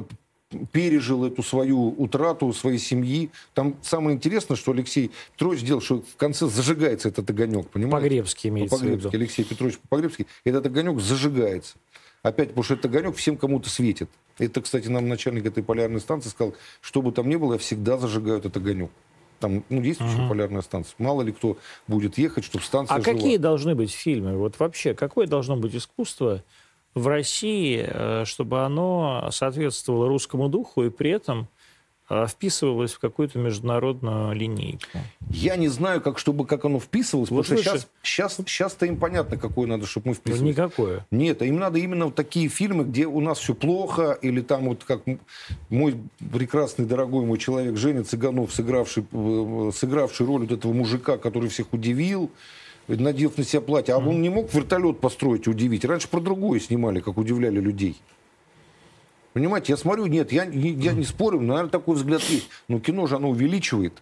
пережил эту свою утрату своей семьи. Там самое интересное, что Алексей Петрович сделал, что в конце зажигается этот огонек, понимаете? Погребский имеется в виду. Алексей Петрович Погребский. Этот огонек зажигается. Опять, потому что этот огонек всем кому-то светит. Это, кстати, нам начальник этой полярной станции сказал, что бы там ни было, всегда зажигают этот огонек. Там есть еще полярная станция. Мало ли кто будет ехать, чтобы станция жила. Какие должны быть фильмы? Вообще, какое должно быть искусство в России, чтобы оно соответствовало русскому духу и при этом вписывалось в какую-то международную линейку? Я не знаю, как оно вписывалось, потому что сейчас-то им понятно, какое надо, чтобы мы вписывались. Никакое. Нет, им надо именно такие фильмы, где у нас все плохо, или там как мой прекрасный, дорогой мой человек Женя Цыганов, сыгравший роль этого мужика, который всех удивил, надев на себя платье. А он не мог вертолет построить и удивить. Раньше про другое снимали, как удивляли людей. Понимаете, я смотрю, нет, я не спорю, наверное, такой взгляд есть. Но кино же оно увеличивает.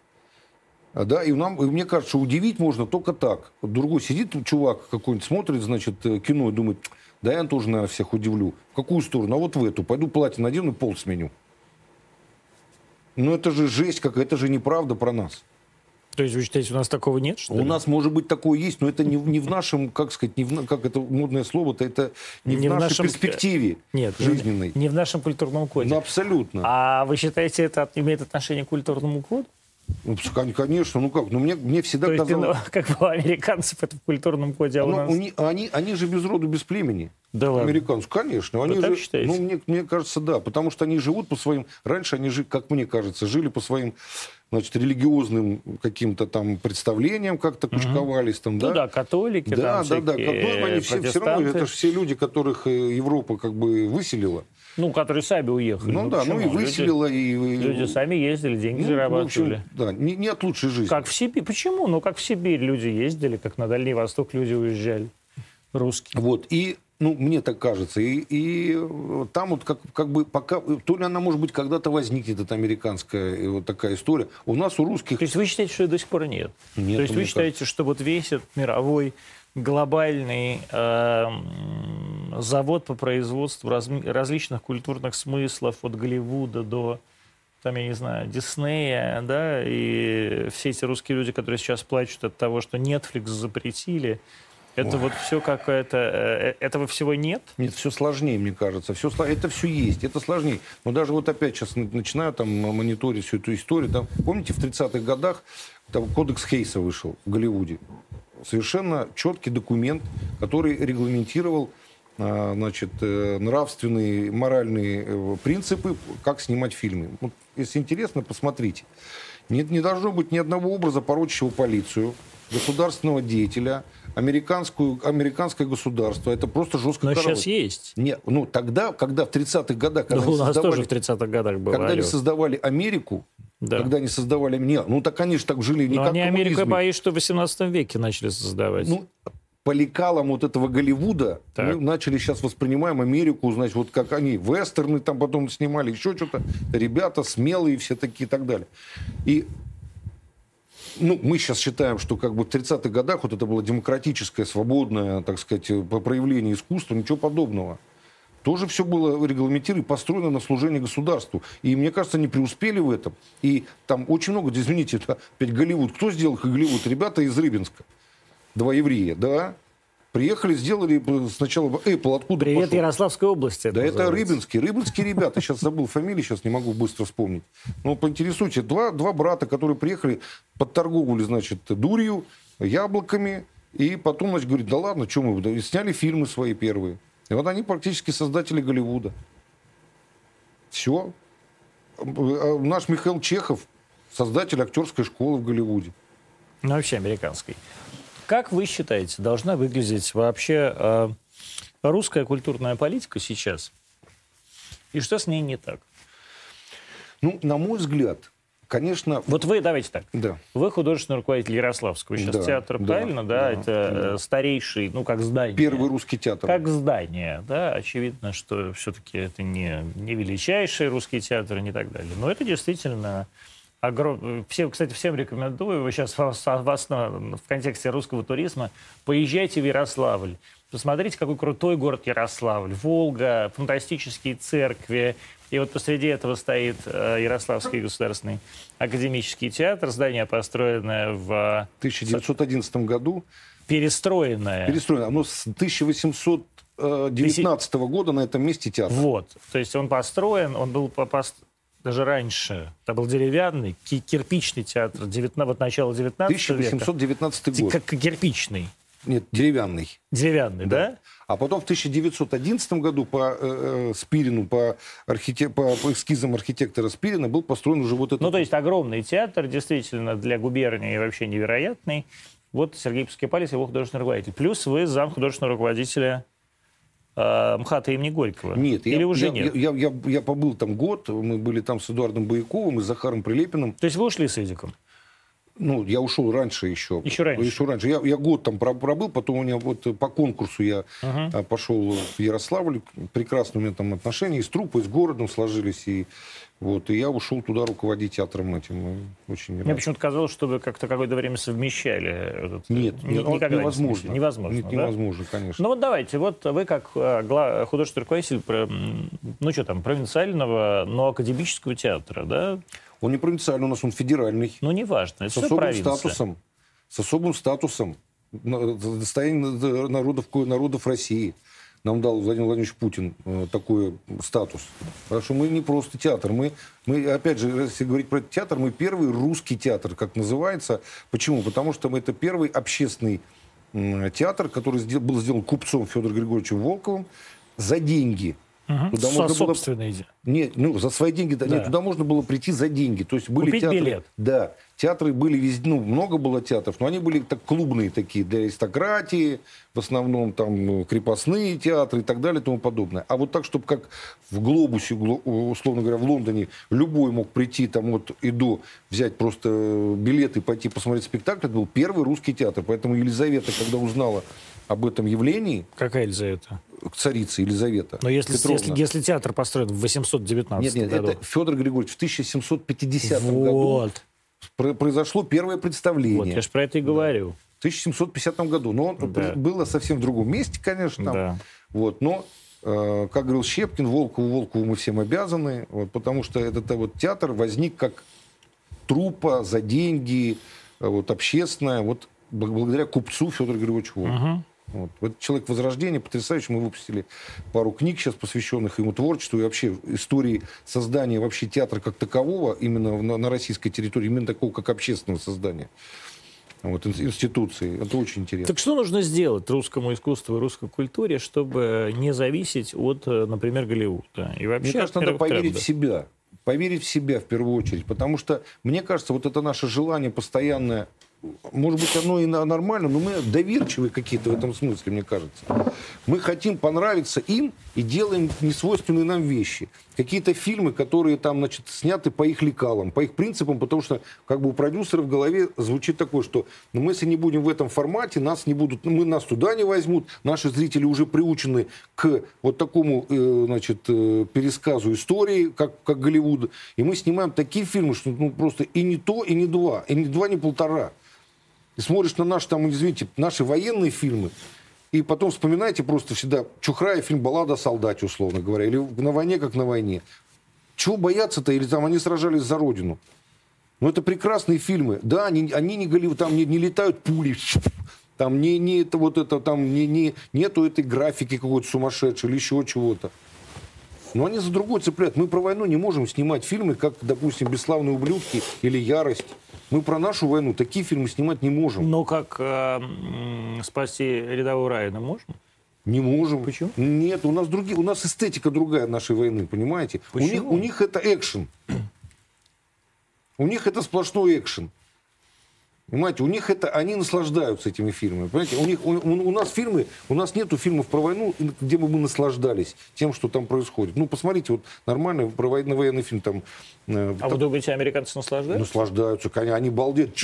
Да, и мне кажется, удивить можно только так. Другой сидит чувак какой-нибудь, смотрит, кино и думает, да я тоже, наверное, всех удивлю. В какую сторону? А в эту. Пойду платье надену и пол сменю. Это же жесть какая, это же неправда про нас. То есть вы считаете, у нас такого нет, что ли? У нас, может быть, такое есть, но это не в нашем, как сказать, как это модное слово-то, это не в нашей перспективе жизненной. Не в нашем культурном коде. Ну, абсолютно. А вы считаете, это имеет отношение к культурному коду? Ну, конечно, ну как, ну мне всегда То есть, казалось... как у американцев это в культурном коде, а у нас... Они же без роду, без племени. Да ладно? Американцы, конечно. Они Вы так же, считаете? ну, мне кажется, да. Потому что они живут по своим... Раньше они, как мне кажется, жили по своим, значит, религиозным каким-то там представлениям, как-то кучковались там, да? Ну да, католики, да, там да. Ну, они все равно, это же все люди, которых Европа как бы выселила. Ну, которые сами уехали. Ну да, ну и выселила. Люди сами ездили, деньги зарабатывали. В общем, да, не от лучшей жизни. Как в Сибирь. Почему? Ну, как в Сибирь люди ездили, как на Дальний Восток люди уезжали. Русские. Вот, и, ну, мне так кажется, и там вот как бы пока, то ли она, может быть, когда-то возникнет, эта американская вот такая история. У нас, у русских... То есть вы считаете, что ее до сих пор нет? Нет. То есть вы считаете, что вот весь этот мировой глобальный завод по производству различных культурных смыслов от Голливуда до, там, я не знаю, Диснея, да, и все эти русские люди, которые сейчас плачут от того, что Netflix запретили, это вот все какое-то... Этого всего нет? Нет, все сложнее, мне кажется. Это все есть, это сложнее. Но даже вот опять сейчас начинаю там мониторить всю эту историю. Там, помните, в 30-х годах там кодекс Хейса вышел в Голливуде. Совершенно четкий документ, который регламентировал, значит, нравственные, моральные принципы, как снимать фильмы. Вот, если интересно, посмотрите. Не должно быть ни одного образа, порочащего полицию, государственного деятеля, американское государство. Это просто жестко Но каралось. сейчас есть. Нет, ну тогда, когда в 30-х годах... Да, у нас тоже в 30-х годах было. Когда они создавали Америку, да. Когда они создавали... Нет, ну так они же так жили не но как они Америка боюсь, что в 18 веке начали создавать. Ну, по лекалам вот этого Голливуда так. мы начали сейчас воспринимаем Америку, значит, вот как они вестерны там потом снимали, еще что-то. Ребята смелые все такие и так далее. И ну, мы сейчас считаем, что как бы в 30-х годах вот это было демократическое, свободное, так сказать, проявление искусства, ничего подобного. Тоже все было регламентировано и построено на служение государству. И мне кажется, они преуспели в этом. И там очень много, извините, опять Голливуд. Кто сделал Голливуд? Ребята из Рыбинска. Два еврея, да. Приехали, сделали сначала Apple, откуда Привет, пошел? Ярославской области. Да это рыбинские ребята. Сейчас забыл фамилии, сейчас не могу быстро вспомнить. Но поинтересуйте, два брата, которые приехали, подторговывали, значит, дурью, яблоками. И потом, значит, говорит, да ладно, что мы... И сняли фильмы свои первые. И вот они практически создатели Голливуда. Все. Наш Михаил Чехов, создатель актерской школы в Голливуде. Ну, вообще американской. Как вы считаете, должна выглядеть вообще русская культурная политика сейчас? И что с ней не так? Ну, на мой взгляд, конечно... Вот вы, давайте так. Да. Вы художественный руководитель Ярославского сейчас театра, правильно? Да, это старейший, ну, как здание. Первый русский театр. Как здание, да. Очевидно, что все-таки это не величайший русский театр и не так далее. Но это действительно... Кстати, всем рекомендую, вы сейчас в контексте русского туризма, поезжайте в Ярославль, посмотрите, какой крутой город Ярославль, Волга, фантастические церкви, и вот посреди этого стоит Ярославский государственный академический театр, здание, построенное в... 1911 году. Перестроенное. Оно с 1819 года на этом месте театр. Вот, то есть он построен, он был даже раньше. Это был деревянный, кирпичный театр вот начала 19 века. 1819 год. Как кирпичный. Нет, деревянный. Деревянный, да? А потом в 1911 году по Спирину, по эскизам архитектора Спирина был построен уже вот этот... Ну, то есть огромный театр, действительно, для губернии вообще невероятный. Вот Сергей Пускипалис, его художественный руководитель. Плюс вы зам художественного руководителя МХАТа имени Горького. Нет. Или уже нет? Я побыл там год, мы были там с Эдуардом Бояковым и с Захаром Прилепиным. То есть вы ушли с Эдиком? Ну, я ушел раньше еще. Еще раньше? Я год там пробыл, потом у меня вот по конкурсу я пошел в Ярославль. Прекрасно у меня там отношения и с труппой, и с городом сложились. И я ушел туда руководить театром этим. Очень Мне почему-то казалось, что вы как-то какое-то время совмещали. Нет, невозможно. Невозможно, да? Невозможно, конечно. Ну вот давайте, вот вы как художественный руководитель, ну что там, провинциального, но академического театра, да? Он не провинциальный у нас, он федеральный. Ну, неважно, это С все особым провинция. статусом. С особым статусом. Достояние народов России. Нам дал Владимир Владимирович Путин такой статус. Потому что мы не просто театр. Мы, опять же, если говорить про театр, мы первый русский театр, как называется. Почему? Потому что это первый общественный театр, который был сделан купцом Федором Григорьевичем Волковым за деньги. Туда можно собственные было... Нет, за свои деньги. Да. Нет, туда можно было прийти за деньги. То есть были купить театры, билет. Да, театры были везде, много было театров, но они были так клубные такие, для аристократии, в основном там крепостные театры и так далее и тому подобное. А вот так, чтобы как в Глобусе, условно говоря, в Лондоне, любой мог прийти там от и до, взять просто билет и пойти посмотреть спектакль, это был первый русский театр. Поэтому Елизавета, когда узнала об этом явлении... Какая Елизавета? Царица Елизавета. Но если театр построен в 819 году... это Федор Григорьевич в 1750 году произошло первое представление. Вот, я же про это и говорю. В 1750 году. Но было совсем в другом месте, конечно. Да. Вот, но, как говорил Щепкин, Волкову мы всем обязаны, потому что этот театр возник как труппа за деньги, общественная, благодаря купцу Федору Григорьевичу Волкову. Вот человек Возрождения, потрясающий. Мы выпустили пару книг сейчас, посвященных ему творчеству и вообще истории создания вообще театра как такового, именно на российской территории, именно такого, как общественного создания. Институции. Это очень интересно. Так что нужно сделать русскому искусству и русской культуре, чтобы не зависеть от, например, Голливуда? И вообще, мне кажется, надо поверить в себя. Поверить в себя в первую очередь. Потому что, мне кажется, это наше желание постоянное. Может быть, оно и нормально, но мы доверчивые какие-то в этом смысле, мне кажется. Мы хотим понравиться им и делаем несвойственные нам вещи. Какие-то фильмы, которые там, сняты по их лекалам, по их принципам, потому что у продюсера в голове звучит такое, что мы, если не будем в этом формате, нас не будут, нас туда не возьмут, наши зрители уже приучены к такому, пересказу истории, как Голливуд. И мы снимаем такие фильмы, что просто и не то, и не два, и не два, не полтора. И смотришь на наши военные фильмы, и потом вспоминаете просто всегда Чухрая, фильм «Баллада о солдате», условно говоря, или «На войне, как на войне». Чего бояться-то? Или там они сражались за Родину. Это прекрасные фильмы. Да, они не Голливуд, там не летают пули, там нету этой графики какой-то сумасшедшей или еще чего-то. Но они за другой цепляют. Мы про войну не можем снимать фильмы, как, допустим, «Бесславные ублюдки» или «Ярость». Мы про нашу войну такие фильмы снимать не можем. Но как «Спасти рядового Райана» можем? Не можем. Почему? Нет, у нас эстетика другая нашей войны, понимаете? У них это экшен. У них это сплошной экшен. Понимаете, они наслаждаются этими фильмами. Понимаете, у нас нету фильмов про войну, где бы мы наслаждались тем, что там происходит. Посмотрите, нормальный военный фильм там. Вы думаете, американцы наслаждаются? Наслаждаются, они балдеют.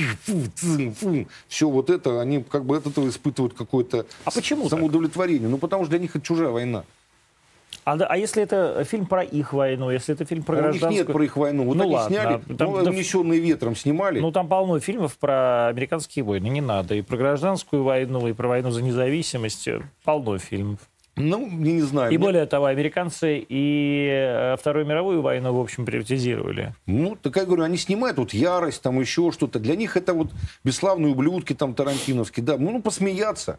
Все это, они от этого испытывают какое-то самоудовлетворение. Потому что для них это чужая война. А если это фильм про их войну, если это фильм про гражданскую... У них нет про их войну. Они сняли, «Унесенные ветром» снимали. Там полно фильмов про американские войны, не надо. И про гражданскую войну, и про войну за независимость. Полно фильмов. Я не знаю. И более того, американцы и Вторую мировую войну, в общем, приватизировали. Так я говорю, они снимают «Ярость», там еще что-то. Для них это «Бесславные ублюдки», там, тарантиновские. Да, посмеяться.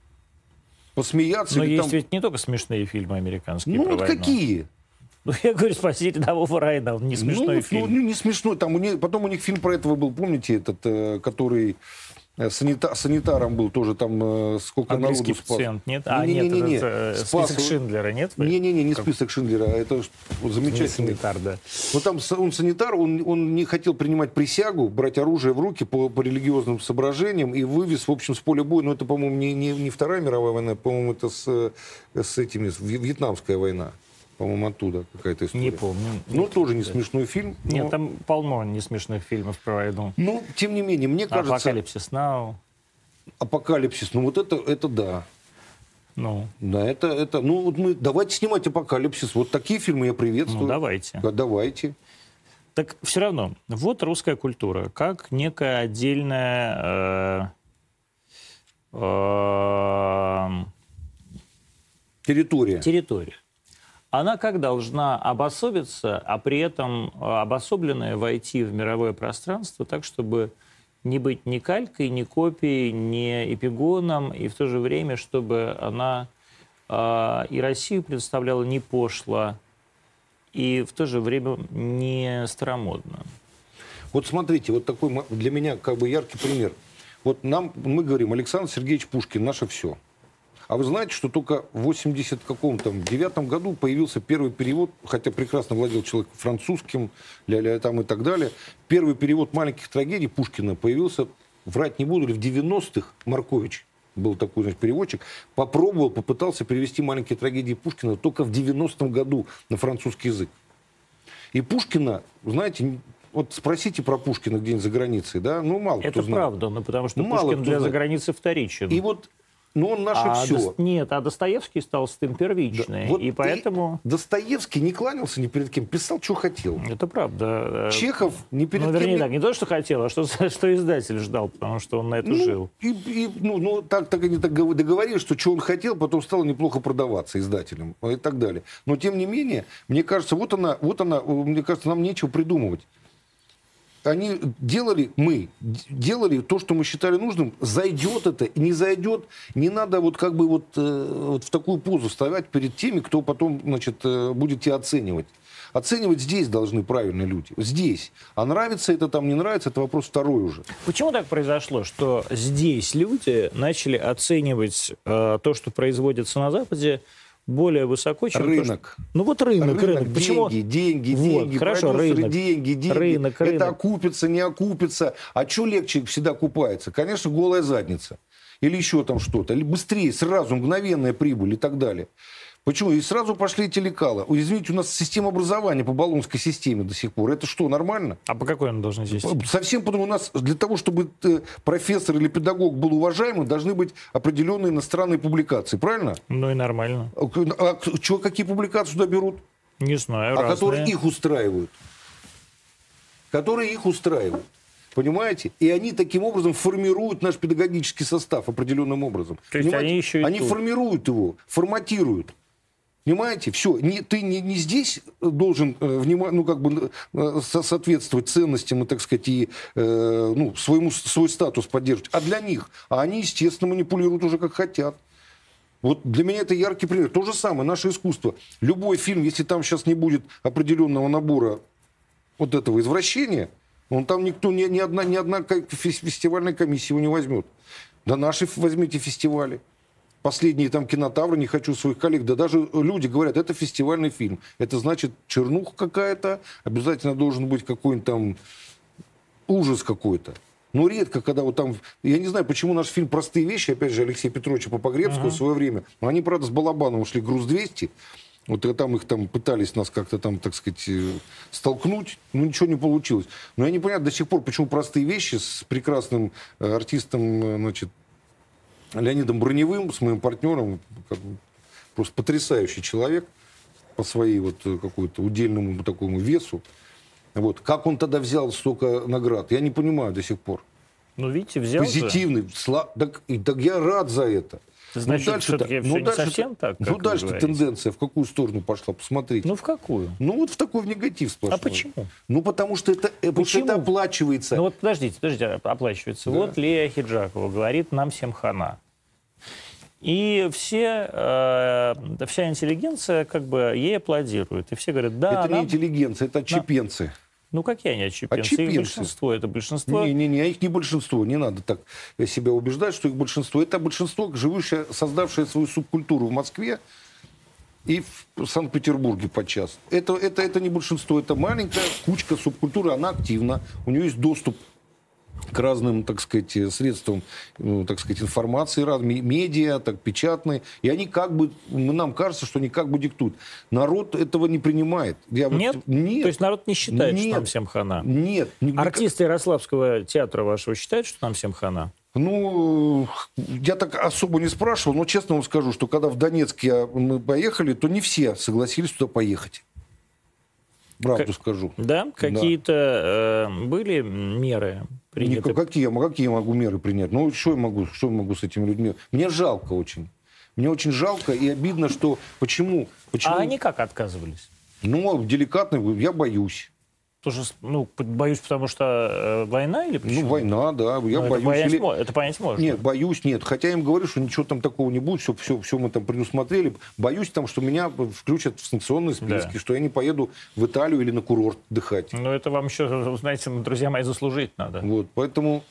Но есть ведь не только смешные фильмы американские про войну. Какие? Я говорю, «Спаси рядового Райана», он не смешной фильм. Не смешной. Потом у них фильм про этого был, помните, который санитаром был тоже, там сколько «Английский народу спас. Пациент», нет? Нет, «Список Шиндлера», нет? Не «Список Шиндлера», это замечательный. Санитар, да. Там он санитар, он не хотел принимать присягу, брать оружие в руки по религиозным соображениям и вывез, в общем, с поля боя. Но это, по-моему, не Вторая мировая война, по-моему, это Вьетнамская война. По-моему, оттуда какая-то история. Не помню. Тоже не смешной фильм. Нет, там полно несмешных фильмов про войну. Тем не менее, мне кажется... «Апокалипсис Нау». «Апокалипсис», это да. Да, давайте снимать «Апокалипсис». Такие фильмы я приветствую. Давайте. Давайте. Так все равно, русская культура, как некая отдельная... Территория. она как должна обособиться, а при этом обособленная войти в мировое пространство так, чтобы не быть ни калькой, ни копией, ни эпигоном, и в то же время, чтобы она и Россию представляла не пошло, и в то же время не старомодно. Вот смотрите, вот такой для меня как бы яркий пример. Вот мы говорим, Александр Сергеевич Пушкин, наше все. А вы знаете, что только в 89 году появился первый перевод, хотя прекрасно владел человек французским, там и так далее. Первый перевод маленьких трагедий Пушкина появился, врать не буду, в 90-х. Маркович был такой, значит, переводчик, попытался перевести маленькие трагедии Пушкина только в 90-м году на французский язык. И Пушкина, знаете, вот спросите про Пушкина где-нибудь за границей, да, ну мало кто знает. Это правда, но потому что Пушкин для заграницы вторичен. И вот, ну он наше все. Нет, а Достоевский стал с тем первичный, да, вот и поэтому... Достоевский не кланялся ни перед кем, писал, что хотел. Это правда. Чехов не перед кем... Вернее, так, не то, что хотел, а что издатель ждал, потому что он на это жил. Так они договорились, что он хотел, потом стало неплохо продаваться издателям и так далее. Но, тем не менее, мне кажется, мне кажется, нам нечего придумывать. Мы делали то, что мы считали нужным. Зайдет это, не зайдет, не надо вот в такую позу вставать перед теми, кто потом, значит, будет тебя оценивать. Оценивать здесь должны правильные люди. Здесь. А нравится это там, не нравится, это вопрос второй уже. Почему так произошло, что здесь люди начали оценивать то, что производится на Западе, более высоко, чем рынок. Рынок. Почему? Деньги. Хорошо, рынок. Деньги. Рынок. Это окупится, не окупится. А что легче всегда окупается? Конечно, голая задница. Или еще там что-то. Или быстрее, сразу, мгновенная прибыль и так далее. Почему? И сразу пошли эти лекала. Извините, у нас система образования по Болонской системе до сих пор. Это что, нормально? А по какой она должна здесь? Совсем потому, у нас для того, чтобы профессор или педагог был уважаемым, должны быть определенные иностранные публикации. Правильно? Ну и нормально. Какие публикации сюда берут? Не знаю, разные. Которые их устраивают. Понимаете? И они таким образом формируют наш педагогический состав определенным образом. То есть они еще Они формируют его, форматируют. Понимаете? Все. Ты не здесь должен соответствовать ценностям и, так сказать, и свой статус поддерживать, а для них. А они, естественно, манипулируют уже как хотят. Вот для меня это яркий пример. То же самое, наше искусство. Любой фильм, если там сейчас не будет определенного набора вот этого извращения, там никто, ни одна фестивальная комиссия его не возьмет. Да наши возьмите фестивали. Последние там кинотавры, не хочу своих коллег, да даже люди говорят, это фестивальный фильм. Это значит чернуха какая-то, обязательно должен быть какой-нибудь там ужас какой-то. Но редко, когда вот там... Я не знаю, почему наш фильм «Простые вещи», опять же, Алексея Петровича Попогребского в свое время, они, правда, с Балабановым шли «Груз-200», вот их пытались нас как-то там, так сказать, столкнуть, но ничего не получилось. Но я не понимаю до сих пор, почему «Простые вещи» с прекрасным артистом, значит, Леонидом Броневым, с моим партнером, просто потрясающий человек по своей вот какой-то удельному такому весу. Вот. Как он тогда взял столько наград, я не понимаю до сих пор. Ну, видите, взял позитивный. Так я рад за это. Значит, все-таки все не совсем так, как дальше тенденция в какую сторону пошла, посмотрите. Ну, в какую? Ну, вот в такой негатив сплошной. А почему? Ну, потому что это оплачивается. Ну, вот подождите, оплачивается. Да. Вот Лея Ахеджакова говорит, нам всем хана. И вся интеллигенция как бы ей аплодирует. И все говорят, да, это не интеллигенция, это отщепенцы. Ну, какие они отщепенцы? Их большинство, это большинство. Не, их не большинство. Не надо так себя убеждать, что их большинство. Это большинство, живущее, создавшее свою субкультуру в Москве и в Санкт-Петербурге подчас. Это не большинство, это маленькая кучка субкультуры, она активна. У нее есть доступ к разным, так сказать, средствам, так сказать, информации, медиа, так, печатные. И они нам кажется, что они как бы диктуют. Народ этого не принимает. Нет? То есть народ не считает, что нам всем хана? Нет. Артисты Ярославского театра вашего считают, что нам всем хана? Ну, я так особо не спрашивал, но честно вам скажу, что когда в Донецк мы поехали, то не все согласились туда поехать. Правду скажу. Да? Какие-то были меры приняты? Какие я могу меры принять? Ну, что я могу с этими людьми? Мне жалко очень. Мне очень жалко и обидно, что... Почему? А они как отказывались? Ну, деликатно, я боюсь. Тоже, боюсь, потому что война или почему? Ну, война, да, я боюсь. Это понять можно. Нет, боюсь, нет. Хотя я им говорю, что ничего там такого не будет, все мы там предусмотрели. Боюсь там, что меня включат в санкционные списки, что я не поеду в Италию или на курорт отдыхать. Ну, это вам еще, знаете, друзья мои, заслужить надо. Вот, поэтому,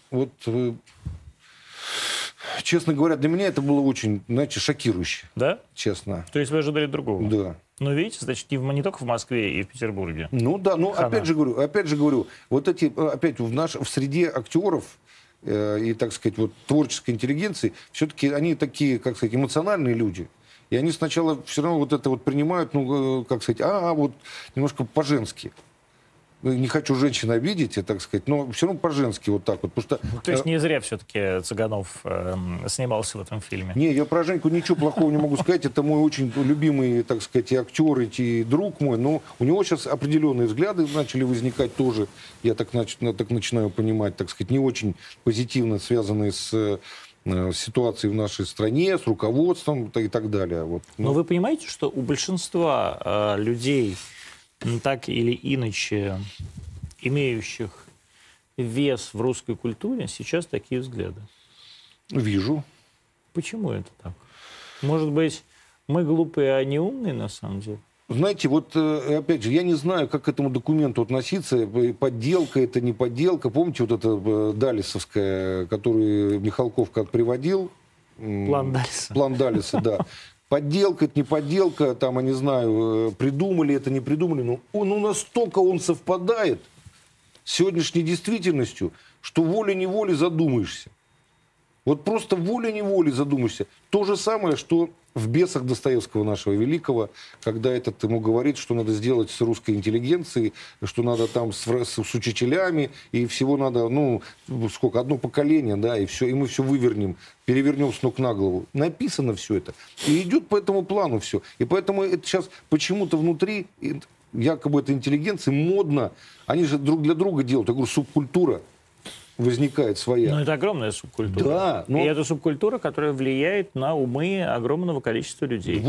честно говоря, для меня это было очень, знаете, шокирующе. Да? Честно. То есть вы ожидали другого? Да. Ну, видите, значит, не только в Москве и в Петербурге. Ну да, но опять же говорю, вот эти, опять в среде актеров и, так сказать, вот творческой интеллигенции, все-таки они такие, как сказать, эмоциональные люди. И они сначала все равно вот это вот принимают, как сказать, вот немножко по-женски. Не хочу женщин обидеть, так сказать, но все равно по-женски вот так вот. Потому что, то есть не зря все-таки Цыганов снимался в этом фильме? Не, я про Женьку ничего плохого не могу сказать. Это мой очень любимый, так сказать, и актер, и друг мой. Но у него сейчас определенные взгляды начали возникать тоже. Я так начинаю понимать, так сказать, не очень позитивно связанные с ситуацией в нашей стране, с руководством и так далее. Вот. Но вы понимаете, что у большинства людей, так или иначе имеющих вес в русской культуре, сейчас такие взгляды? Вижу. Почему это так? Может быть, мы глупые, а они умные на самом деле? Знаете, вот опять же, я не знаю, как к этому документу относиться. Подделка это, не подделка. Помните вот это Далисовская, которую Михалков как приводил? План Далиса. План Далиса, да. Подделка, это не подделка, там, я не знаю, придумали это, не придумали. Но настолько он совпадает с сегодняшней действительностью, что волей-неволей задумаешься. Вот просто волей-неволей задумаешься. То же самое, что в «Бесах» Достоевского нашего великого, когда этот ему говорит, что надо сделать с русской интеллигенцией, что надо там с учителями, и всего надо, одно поколение, да, и все, и мы все вывернем, перевернем с ног на голову. Написано все это. И идет по этому плану все. И поэтому это сейчас почему-то внутри, якобы это интеллигенция, модно. Они же друг для друга делают. Я говорю, субкультура возникает своя. Но это огромная субкультура. Да. И это субкультура, которая влияет на умы огромного количества людей.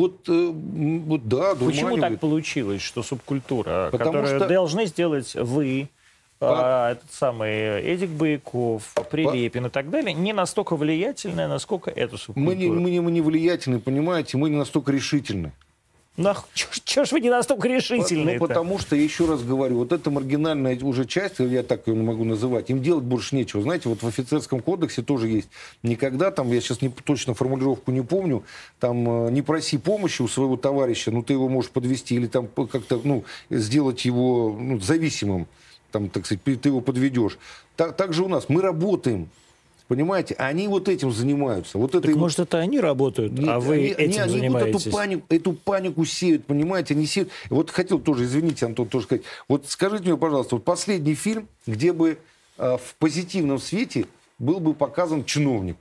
Да, почему так получилось, что субкультура, которую должны сделать вы, этот самый Эдик Бояков, Прилепин и так далее, не настолько влиятельная, насколько эта субкультура? Мы не влиятельны, понимаете, мы не настолько решительны. Чего ж вы не настолько решительны? Потому что, я еще раз говорю, вот эта маргинальная уже часть, я так ее могу называть, им делать больше нечего. Знаете, вот в офицерском кодексе тоже есть. Никогда там, я сейчас точно формулировку не помню, там не проси помощи у своего товарища, ты его можешь подвести или там как-то, сделать его зависимым, там, так сказать, ты его подведешь. Так же у нас. Мы работаем. Понимаете? Они вот этим занимаются. Может, это они работают, а вы этим занимаетесь? Вот эту панику сеют, понимаете? Они сеют. Вот хотел тоже, извините, Антон, тоже сказать. Вот скажите мне, пожалуйста, вот последний фильм, где бы в позитивном свете был бы показан чиновник.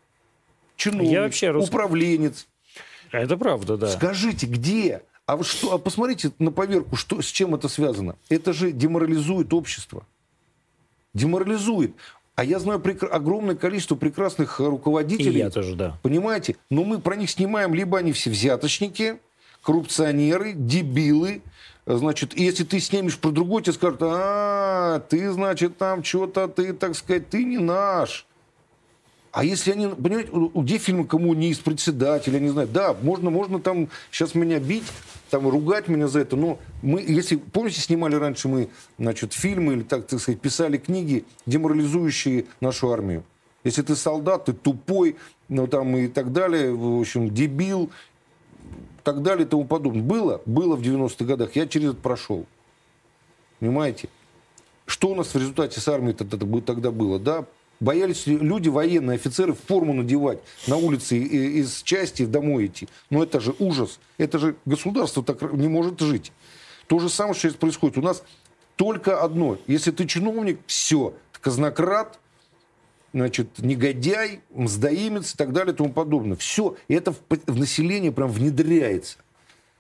Управленец. Это правда, да. Скажите, где? А посмотрите на поверку, с чем это связано. Это же деморализует общество. Деморализует. А я знаю огромное количество прекрасных руководителей. И я тоже, да. Понимаете? Но мы про них снимаем, либо они все взяточники, коррупционеры, дебилы. Значит, и если ты снимешь про другой, тебе скажут, ты, значит, там что-то, ты, так сказать, ты не наш. А если они, понимаете, где фильмы «Коммунист», «Председатель», я не знаю, да, можно там сейчас меня бить, там ругать меня за это, но мы, если, помните, снимали раньше мы, значит, фильмы или, так сказать, писали книги, деморализующие нашу армию. Если ты солдат, ты тупой, там и так далее, в общем, дебил, так далее и тому подобное. Было в 90-х годах, я через это прошел. Понимаете? Что у нас в результате с армией тогда было, да? Боялись люди, военные, офицеры, в форму надевать, на улице из части домой идти. Но это же ужас. Это же государство так не может жить. То же самое, что сейчас происходит. У нас только одно. Если ты чиновник, все. Казнократ, значит, негодяй, мздоимец и так далее и тому подобное. Все. И это в население прям внедряется.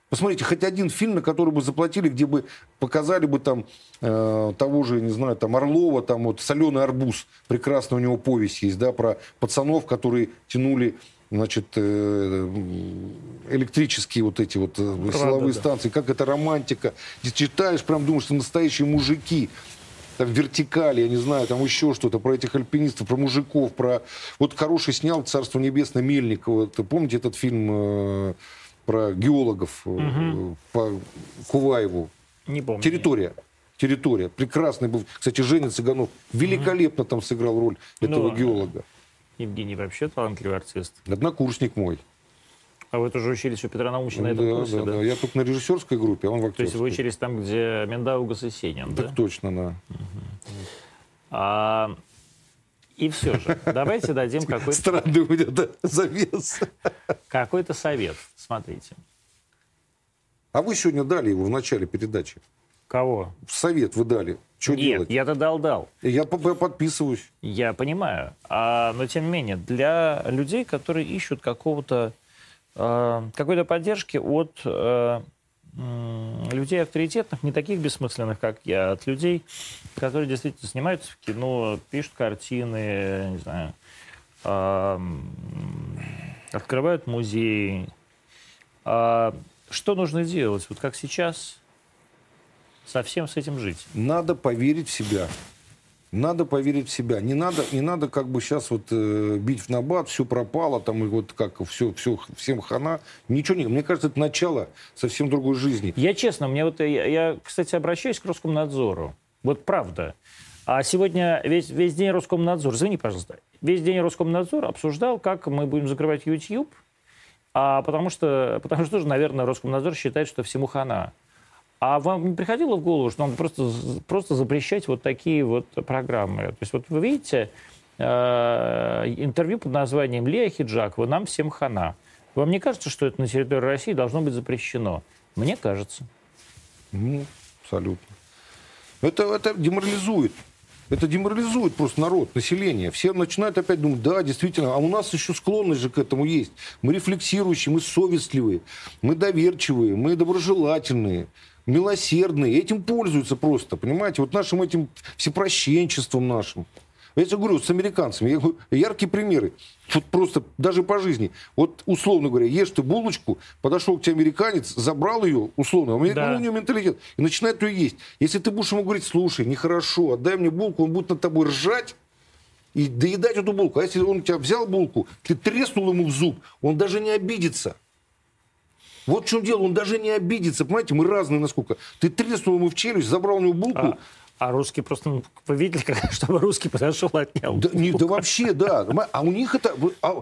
Посмотрите, хоть один фильм, на который бы заплатили, где бы показали бы там того же, не знаю, там Орлова, там вот «Соленый арбуз», прекрасная у него повесть есть, да, про пацанов, которые тянули, значит, электрические вот эти вот силовые станции, как это романтика. Ты читаешь, прям думаешь, что настоящие мужики. Там вертикали, я не знаю, там еще что-то, про этих альпинистов, про мужиков, про... Вот хороший снял «Царство небесное» Мельникова. Ты помните этот фильм про геологов по Куваеву? Не помню. «Территория». Прекрасный был. Кстати, Женя Цыганов великолепно там сыграл роль этого геолога. Евгений вообще талантливый артист. Однокурсник мой. А вы тоже учились у Петра Наумовича на этом курсе, да? Да. Я только на режиссерской группе, а он в актерской. То есть вы учились там, где Миндаугас и Сенин, да? Так точно, да. И все же, давайте дадим какой-то... Странный у меня завес. Какой-то совет, смотрите. А вы сегодня дали его в начале передачи. Кого? Совет вы дали. Что делать? Нет, я-то дал. Я подписываюсь. Я понимаю. Но тем не менее, для людей, которые ищут какой-то поддержки от людей авторитетных, не таких бессмысленных, как я, от людей, которые действительно снимаются в кино, пишут картины, не знаю, открывают музеи. Что нужно делать? Вот как сейчас совсем с этим жить? Надо поверить в себя. Надо поверить в себя. Не надо как бы сейчас вот бить в набат, все пропало, там и вот как всем хана. Ничего не. Мне кажется, это начало совсем другой жизни. Я честно, я, кстати, обращаюсь к Роскомнадзору. Вот правда. А сегодня весь день Роскомнадзор, извини, пожалуйста, весь день Роскомнадзор обсуждал, как мы будем закрывать YouTube, потому что, наверное, Роскомнадзор считает, что всему хана. А вам не приходило в голову, что надо просто запрещать вот такие вот программы? То есть вот вы видите интервью под названием «Лия Ахеджакова. Нам всем хана». Вам не кажется, что это на территории России должно быть запрещено? Мне кажется. Абсолютно. Это деморализует. Это деморализует просто народ, население. Все начинают опять думать, да, действительно, а у нас еще склонность же к этому есть. Мы рефлексирующие, мы совестливые, мы доверчивые, мы доброжелательные, милосердные. Этим пользуются просто, понимаете? Вот нашим этим всепрощенчеством нашим. Я тебе говорю, с американцами, я говорю, яркие примеры. Вот просто даже по жизни. Вот условно говоря, ешь ты булочку, подошел к тебе американец, забрал ее, условно, у него менталитет, и начинает ее есть. Если ты будешь ему говорить, слушай, нехорошо, отдай мне булку, он будет над тобой ржать и доедать эту булку. А если он у тебя взял булку, ты треснул ему в зуб, он даже не обидится. Вот в чем дело, он даже не обидится. Понимаете, мы разные насколько. Ты треснул ему в челюсть, забрал у него булку. А русские просто, вы видели, чтобы русский подошел и отнял? Да вообще, да. А у них это...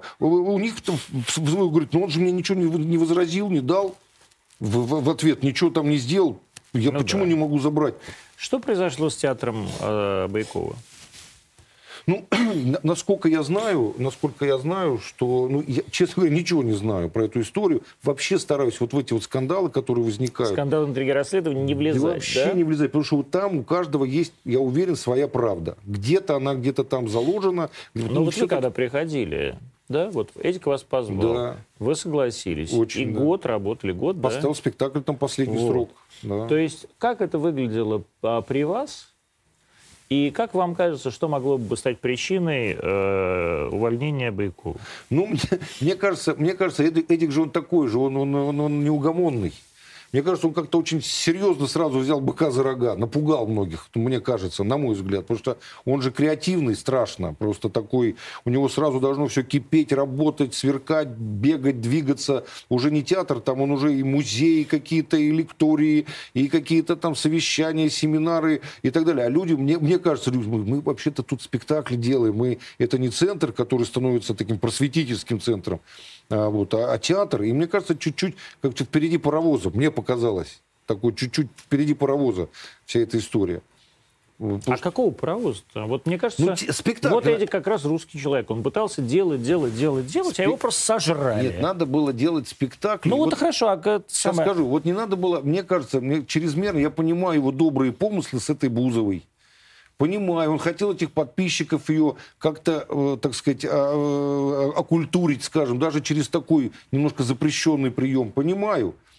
говорит, ну он же мне ничего не возразил, не дал в ответ, ничего там не сделал. Я почему не могу забрать? Что произошло с театром Байкова? Ну, насколько я знаю, что, я, честно говоря, ничего не знаю про эту историю. Вообще стараюсь вот в эти вот скандалы, которые возникают. Скандалы, интриги, расследования не влезать, вообще не влезать, потому что вот там у каждого есть, я уверен, своя правда. Где-то она где-то там заложена. Ну вот вы когда приходили, да, вот Эдик вас позвал, да. Вы согласились. Очень, и год работали, Поставил спектакль там «Последний срок». Да. То есть как это выглядело при вас? И как вам кажется, что могло бы стать причиной увольнения Байкова? Ну, мне кажется, Эдик же он такой же, он неугомонный. Мне кажется, он как-то очень серьезно сразу взял быка за рога, напугал многих, мне кажется, на мой взгляд. Потому что он же креативный страшно, просто такой, у него сразу должно все кипеть, работать, сверкать, бегать, двигаться. Уже не театр, там он уже и музеи какие-то, и лектории, и какие-то там совещания, семинары и так далее. А люди, мне кажется, мы вообще-то тут спектакли делаем, это не центр, который становится таким просветительским центром, а театр. И мне кажется, чуть-чуть как-то впереди паровоза, мне показалось, такой чуть-чуть впереди паровоза вся эта история. А какого паровоза-то? Вот мне кажется, спектакль. Вот Эдик как раз русский человек. Он пытался делать, а его просто сожрали. Нет, надо было делать спектакль. Ну вот хорошо. Сейчас скажу, вот не надо было, мне кажется, чрезмерно, я понимаю его добрые помыслы с этой Бузовой. Понимаю, он хотел этих подписчиков ее как-то, так сказать, окультурить, скажем, даже через такой немножко запрещенный прием. Понимаю.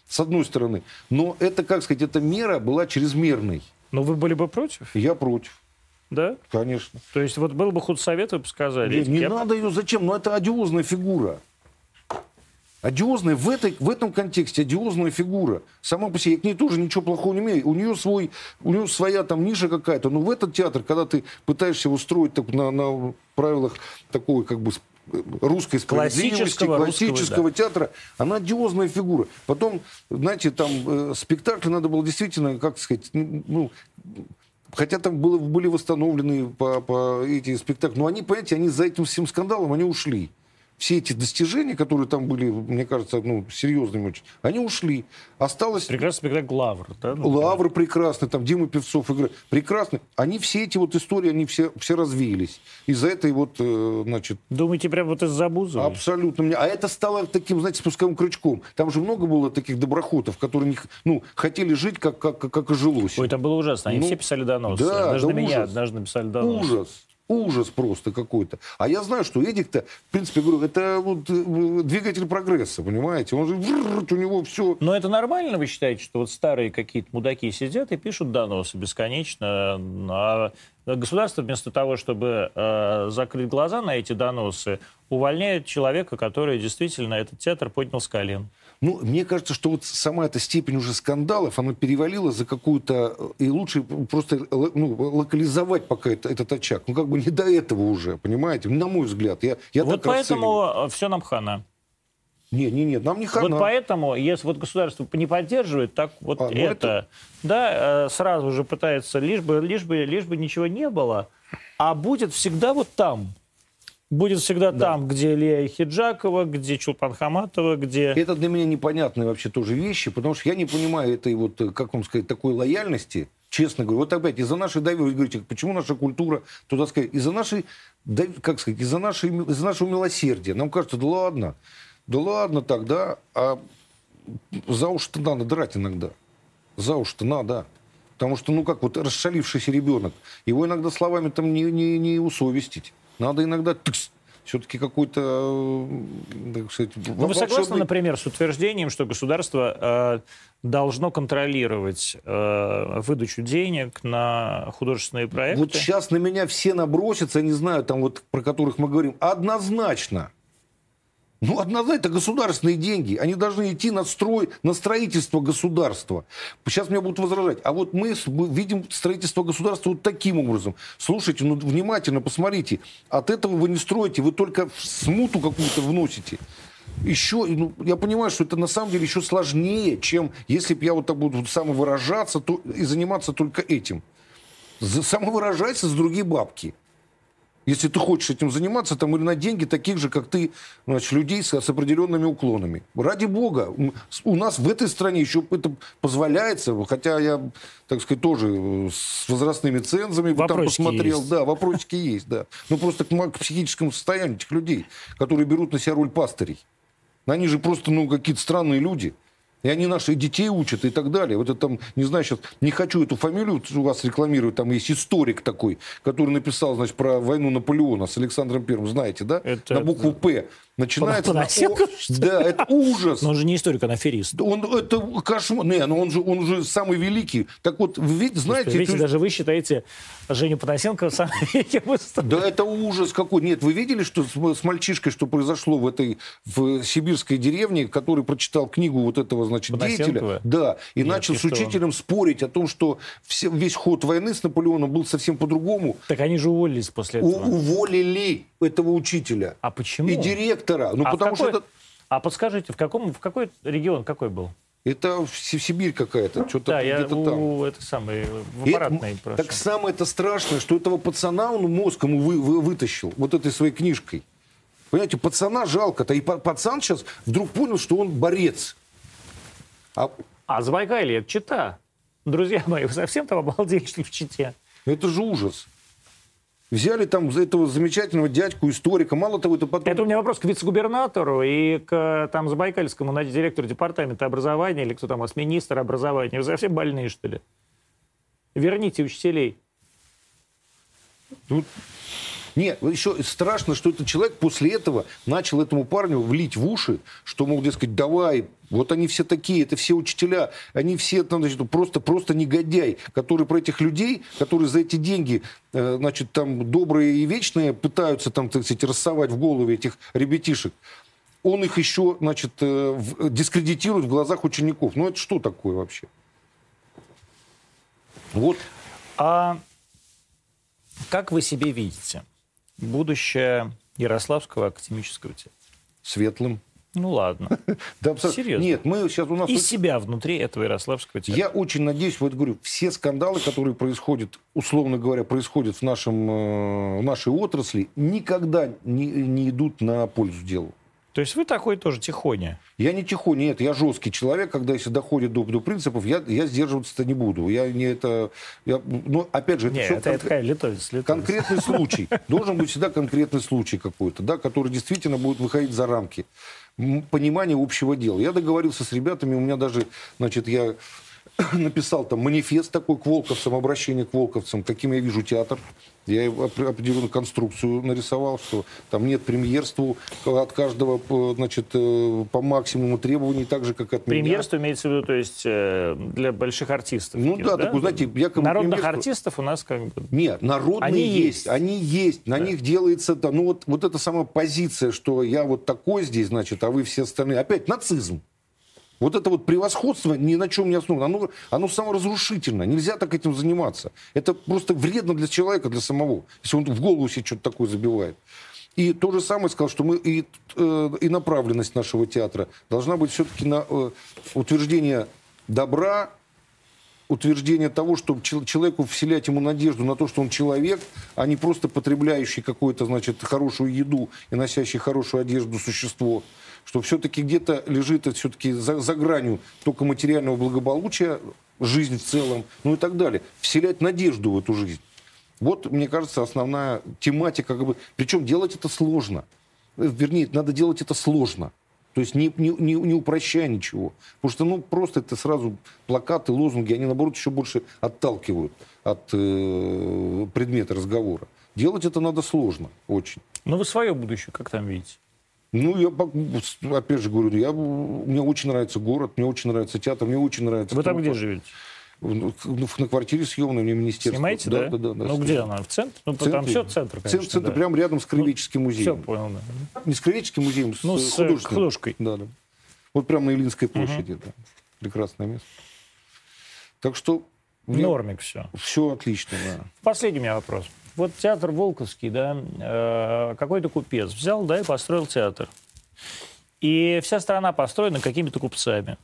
с одной стороны. Но это, как сказать, эта мера была чрезмерной. Но вы были бы против? Я против. Да? Конечно. То есть вот был бы худсовет, вы бы сказали. Не надо ее, зачем? Ну, это одиозная фигура. Одиозная, в этом контексте одиозная фигура. Сама по себе, я к ней тоже ничего плохого не имею. У нее своя там ниша какая-то. Но в этот театр, когда ты пытаешься устроить так, на правилах такой как бы русской справедливости, классического театра, она одиозная фигура. Потом, знаете, там спектакли надо было действительно, как сказать, ну, хотя там были восстановлены по эти спектакли, но они, понимаете, они за этим всем скандалом, они ушли. Все эти достижения, которые там были, мне кажется, ну, серьезными очень, они ушли. Осталось... Прекрасный спектакль «Лавр». Да? «Лавр» прекрасный, там Дима Певцов играет. Прекрасный. Они все эти вот истории, они все развеялись. Из-за этой вот, значит... Думаете, прям вот из-за Бузовой? Абсолютно. А это стало таким, знаете, спусковым крючком. Там же много было таких доброхотов, которые хотели жить, как и жилось. Ой, там было ужасно. Они все писали доносы. Да, даже да, на меня однажды написали доносы. Ужас. Ужас просто какой-то. А я знаю, что Эдик-то, в принципе, говорю, это вот двигатель прогресса, понимаете? Он же, у него все... Но это нормально, вы считаете, что вот старые какие-то мудаки сидят и пишут доносы бесконечно, а государство вместо того, чтобы закрыть глаза на эти доносы, увольняет человека, который действительно этот театр поднял с колен? Ну, мне кажется, что вот сама эта степень уже скандалов, она перевалила за какую-то... И лучше просто локализовать пока этот очаг. Ну, как бы не до этого уже, понимаете? На мой взгляд. Я вот так поэтому все нам хана. Нет, нам не хана. Вот поэтому, если вот государство не поддерживает, так вот это... Да, сразу же пытается, лишь бы ничего не было, а будет всегда вот там. Будет всегда там, где Лия Хиджакова, где Чулпан Хаматова, где... Это для меня непонятные вообще тоже вещи, потому что я не понимаю этой вот, как вам сказать, такой лояльности, честно говорю. Вот опять, из-за нашей вы говорите, почему наша культура, туда сказать, из-за нашей, как сказать, из-за нашего милосердия. Нам кажется, да ладно так, да, а за уши-то надо драть иногда. За уши-то надо. Потому что, как вот расшалившийся ребенок, его иногда словами там не усовестить. Надо иногда все-таки какой-то, так сказать... Вы согласны, например, с утверждением, что государство должно контролировать выдачу денег на художественные проекты? Вот сейчас на меня все набросятся, я не знаю, там вот про которых мы говорим, однозначно. Однозначно, это государственные деньги. Они должны идти на строительство государства. Сейчас меня будут возражать. А вот мы видим строительство государства вот таким образом. Слушайте, внимательно посмотрите. От этого вы не строите, вы только смуту какую-то вносите. Еще, я понимаю, что это на самом деле еще сложнее, чем если бы я вот так буду самовыражаться и заниматься только этим. Самовыражайся с другие бабки. Если ты хочешь этим заниматься, там, или на деньги таких же, как ты, значит, людей с определенными уклонами. Ради бога, у нас в этой стране еще это позволяется, хотя я, так сказать, тоже с возрастными цензами там посмотрел. Есть. Да, вопросики есть, да. Но просто к психическому состоянию этих людей, которые берут на себя роль пастырей. Они же просто, какие-то странные люди. И они наших детей учат и так далее. Вот это там, не знаю, сейчас не хочу эту фамилию у вас рекламировать. Там есть историк такой, который написал, значит, про войну Наполеона с Александром Первым. Знаете, да? На букву «П». Начинается... Да, это ужас. Но он же не историк, он аферист. Это кошмар. Не, но он же самый великий. Так вот, вы видите, знаете... Видите, даже вы считаете Женю Панасенкова самым великим историей. Да, это ужас какой. Нет, вы видели, что с мальчишкой, что произошло в сибирской деревне, который прочитал книгу вот этого, значит, деятеля? Да, и начал с учителем спорить о том, что весь ход войны с Наполеоном был совсем по-другому. Так они же уволились после этого. Уволили этого учителя. А почему? И директора. А подскажите, в какой регион какой был? Это Сибирь какая-то. Что-то да, где-то там. Это самое, в аппаратной прошу. Так самое это страшное, что этого пацана он мозг ему вытащил вот этой своей книжкой. Понимаете, пацана жалко-то. И пацан сейчас вдруг понял, что он борец. А Забайкалье — это Чита. Друзья мои, вы совсем там обалдели, что ли, в Чите? Это же ужас. Взяли там этого замечательного дядьку, историка. Мало того, это потом... Это у меня вопрос к вице-губернатору и к Забайкальскому директору департамента образования, или кто там у вас, министр образования. Вы совсем больные, что ли? Верните учителей. Нет, еще страшно, что этот человек после этого начал этому парню влить в уши, что, мол, дескать, давай, вот они все такие, это все учителя, они все, там, значит, просто негодяй, который про этих людей, которые за эти деньги, значит, там, добрые и вечные, пытаются, там, так сказать, рассовать в голове этих ребятишек. Он их еще, значит, дискредитирует в глазах учеников. Ну, это что такое вообще? Вот. А как вы себе видите будущее Ярославского академического театра? Светлым. Ну ладно. Да, абсолютно. Серьезно. Нет, мы сейчас у нас... И себя внутри этого Ярославского театра. Я очень надеюсь, вот говорю, все скандалы, которые происходят, условно говоря, происходят в нашей отрасли, никогда не идут на пользу делу. То есть вы такой тоже тихоня? Я не тихоня, нет, я жесткий человек, когда если доходит до принципов, я сдерживаться-то не буду. Но опять же, это такая литовец. Конкретный случай. Должен быть всегда конкретный случай какой-то, да, который действительно будет выходить за рамки понимания общего дела. Я договорился с ребятами, у меня даже, значит, я написал там манифест такой к волковцам, обращение к волковцам, каким я вижу театр. Я определенную конструкцию нарисовал, что там нет премьерства от каждого, значит, по максимуму требований, так же, как от меня. Премьерство имеется в виду, то есть для больших артистов? Ну да, так, знаете, якобы народных артистов у нас как бы... Нет, народные есть, они есть, на них делается, ну вот эта самая позиция, что я вот такой здесь, значит, а вы все остальные. Опять нацизм. Вот это вот превосходство ни на чем не основано. Оно саморазрушительно. Нельзя так этим заниматься. Это просто вредно для человека, для самого. Если он в голову себе что-то такое забивает. И то же самое сказал, что мы и направленность нашего театра должна быть все-таки на утверждение добра, утверждение того, чтобы человеку вселять ему надежду на то, что он человек, а не просто потребляющий какую-то, значит, хорошую еду и носящий хорошую одежду существо. Что все-таки где-то лежит все-таки за гранью только материального благополучия, жизнь в целом, ну и так далее. Вселять надежду в эту жизнь. Вот, мне кажется, основная тематика. Причем делать это сложно. Вернее, надо делать это сложно. То есть не упрощая ничего. Потому что, ну, просто это сразу плакаты, лозунги, они, наоборот, еще больше отталкивают от предмета разговора. Делать это надо сложно, очень. Но вы свое будущее как там видите? Ну, я опять же говорю, мне очень нравится город, мне очень нравится театр, мне очень нравится... Вы там где живете? На квартире съемной, мне министерство. Снимаете, да? Да. Ну, где она? В центре? Ну, там все центр, конечно. Центр, прямо рядом с Краеведческим музеем. Все, понял, да. Не с Краеведческим музеем, с художкой. Да. Вот прямо на Илинской площади. Да. Прекрасное место. Так что... Нормик все. Все отлично, да. Последний у меня вопрос. Вот театр Волковский, да, какой-то купец взял, да, и построил театр. И вся страна построена какими-то купцами.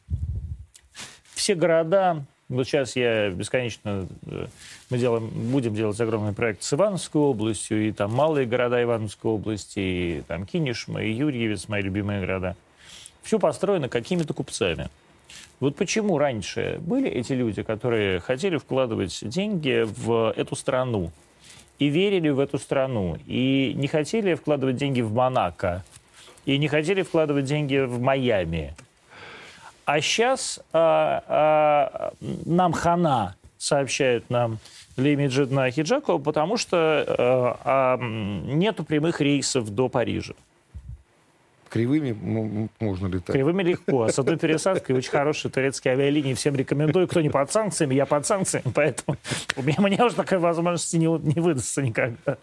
Все города, вот сейчас я бесконечно, мы будем делать огромный проект с Ивановской областью, и там малые города Ивановской области, и там Кинешма, и Юрьевец, мои любимые города. Все построено какими-то купцами. Вот почему раньше были эти люди, которые хотели вкладывать деньги в эту страну, и верили в эту страну, и не хотели вкладывать деньги в Монако, и не хотели вкладывать деньги в Майами. А сейчас нам хана, сообщают нам Леймеджидна Хиджакова, потому что нету прямых рейсов до Парижа. Кривыми можно летать. Кривыми легко. С одной пересадкой очень хорошие турецкие авиалинии. Всем рекомендую. Кто не под санкциями, я под санкциями. Поэтому у меня уже такой возможности не выдастся никогда.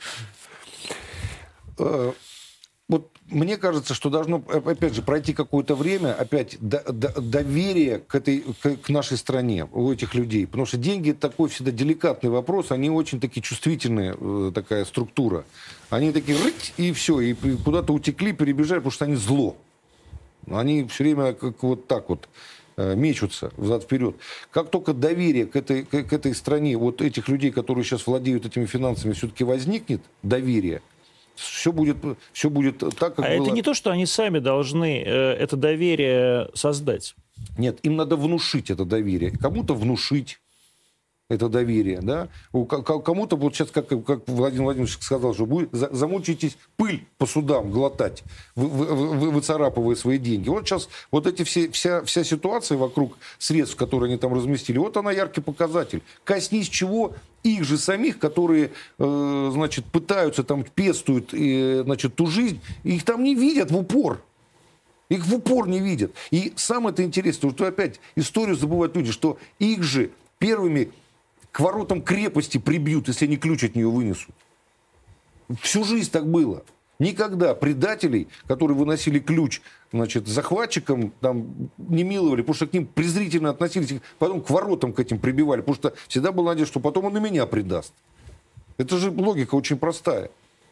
Вот мне кажется, что должно, опять же, пройти какое-то время, опять доверие к нашей стране у этих людей. Потому что деньги — это такой всегда деликатный вопрос, они очень такие чувствительные, такая структура. Они такие, рыть, и все, и куда-то утекли, перебежали, потому что они зло. Они все время как вот так вот мечутся взад-вперед. Как только доверие к этой стране, вот этих людей, которые сейчас владеют этими финансами, все-таки возникнет доверие, все будет так, как было. Это не то, что они сами должны это доверие создать. Нет, им надо внушить это доверие. Кому-то внушить, это доверие, да. Кому-то, вот сейчас, как Владимир Владимирович сказал, что замучитесь пыль по судам глотать, выцарапывая свои деньги. Вот сейчас вот эти вся ситуация вокруг средств, которые они там разместили, вот она яркий показатель. Коснись чего их же самих, которые, значит, пытаются, там, пестуют, значит, ту жизнь, их там не видят в упор. Их в упор не видят. И самое-то интересное, что опять историю забывают люди, что их же первыми к воротам крепости прибьют, если они ключ от нее вынесут. Всю жизнь так было. Никогда предателей, которые выносили ключ, значит, захватчикам, там, не миловали, потому что к ним презрительно относились, потом к воротам к этим прибивали, потому что всегда была надежда, что потом он и меня предаст. Это же логика очень простая.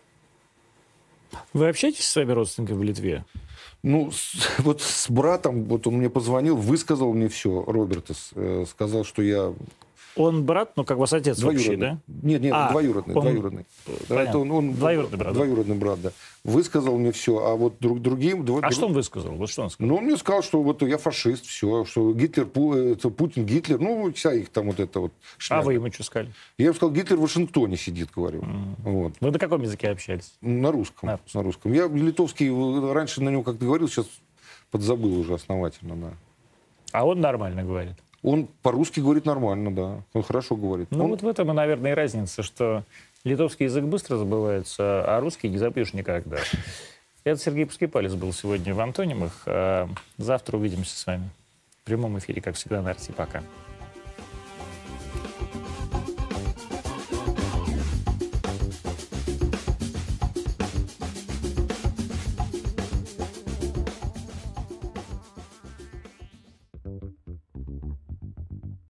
Вы общаетесь с своими родственниками в Литве? Ну, вот с братом, вот он мне позвонил, высказал мне все, Роберт, сказал, что я... Он брат, ну, как вас отец общий, да? Нет, двоюродный. Двоюродный брат. Двоюродный брат, да. Высказал мне все, а вот другим... Что он высказал? Вот что он сказал? Ну, он мне сказал, что вот я фашист, все, что Гитлер, Путин, Гитлер, ну, вся их там вот это вот шляпа. А вы ему что сказали? Я ему сказал, Гитлер в Вашингтоне сидит, говорю. Вот. Вы на каком языке общались? На русском. На русском. Я литовский, раньше на него как-то говорил, сейчас подзабыл уже основательно, да. А он нормально говорит? Он по-русски говорит нормально, да. Он хорошо говорит. Ну, вот в этом, наверное, и разница, что литовский язык быстро забывается, а русский не забьешь никогда. Это Сергей Пускипалец был сегодня в «Антонимах». Завтра увидимся с вами в прямом эфире, как всегда, на RT. Пока.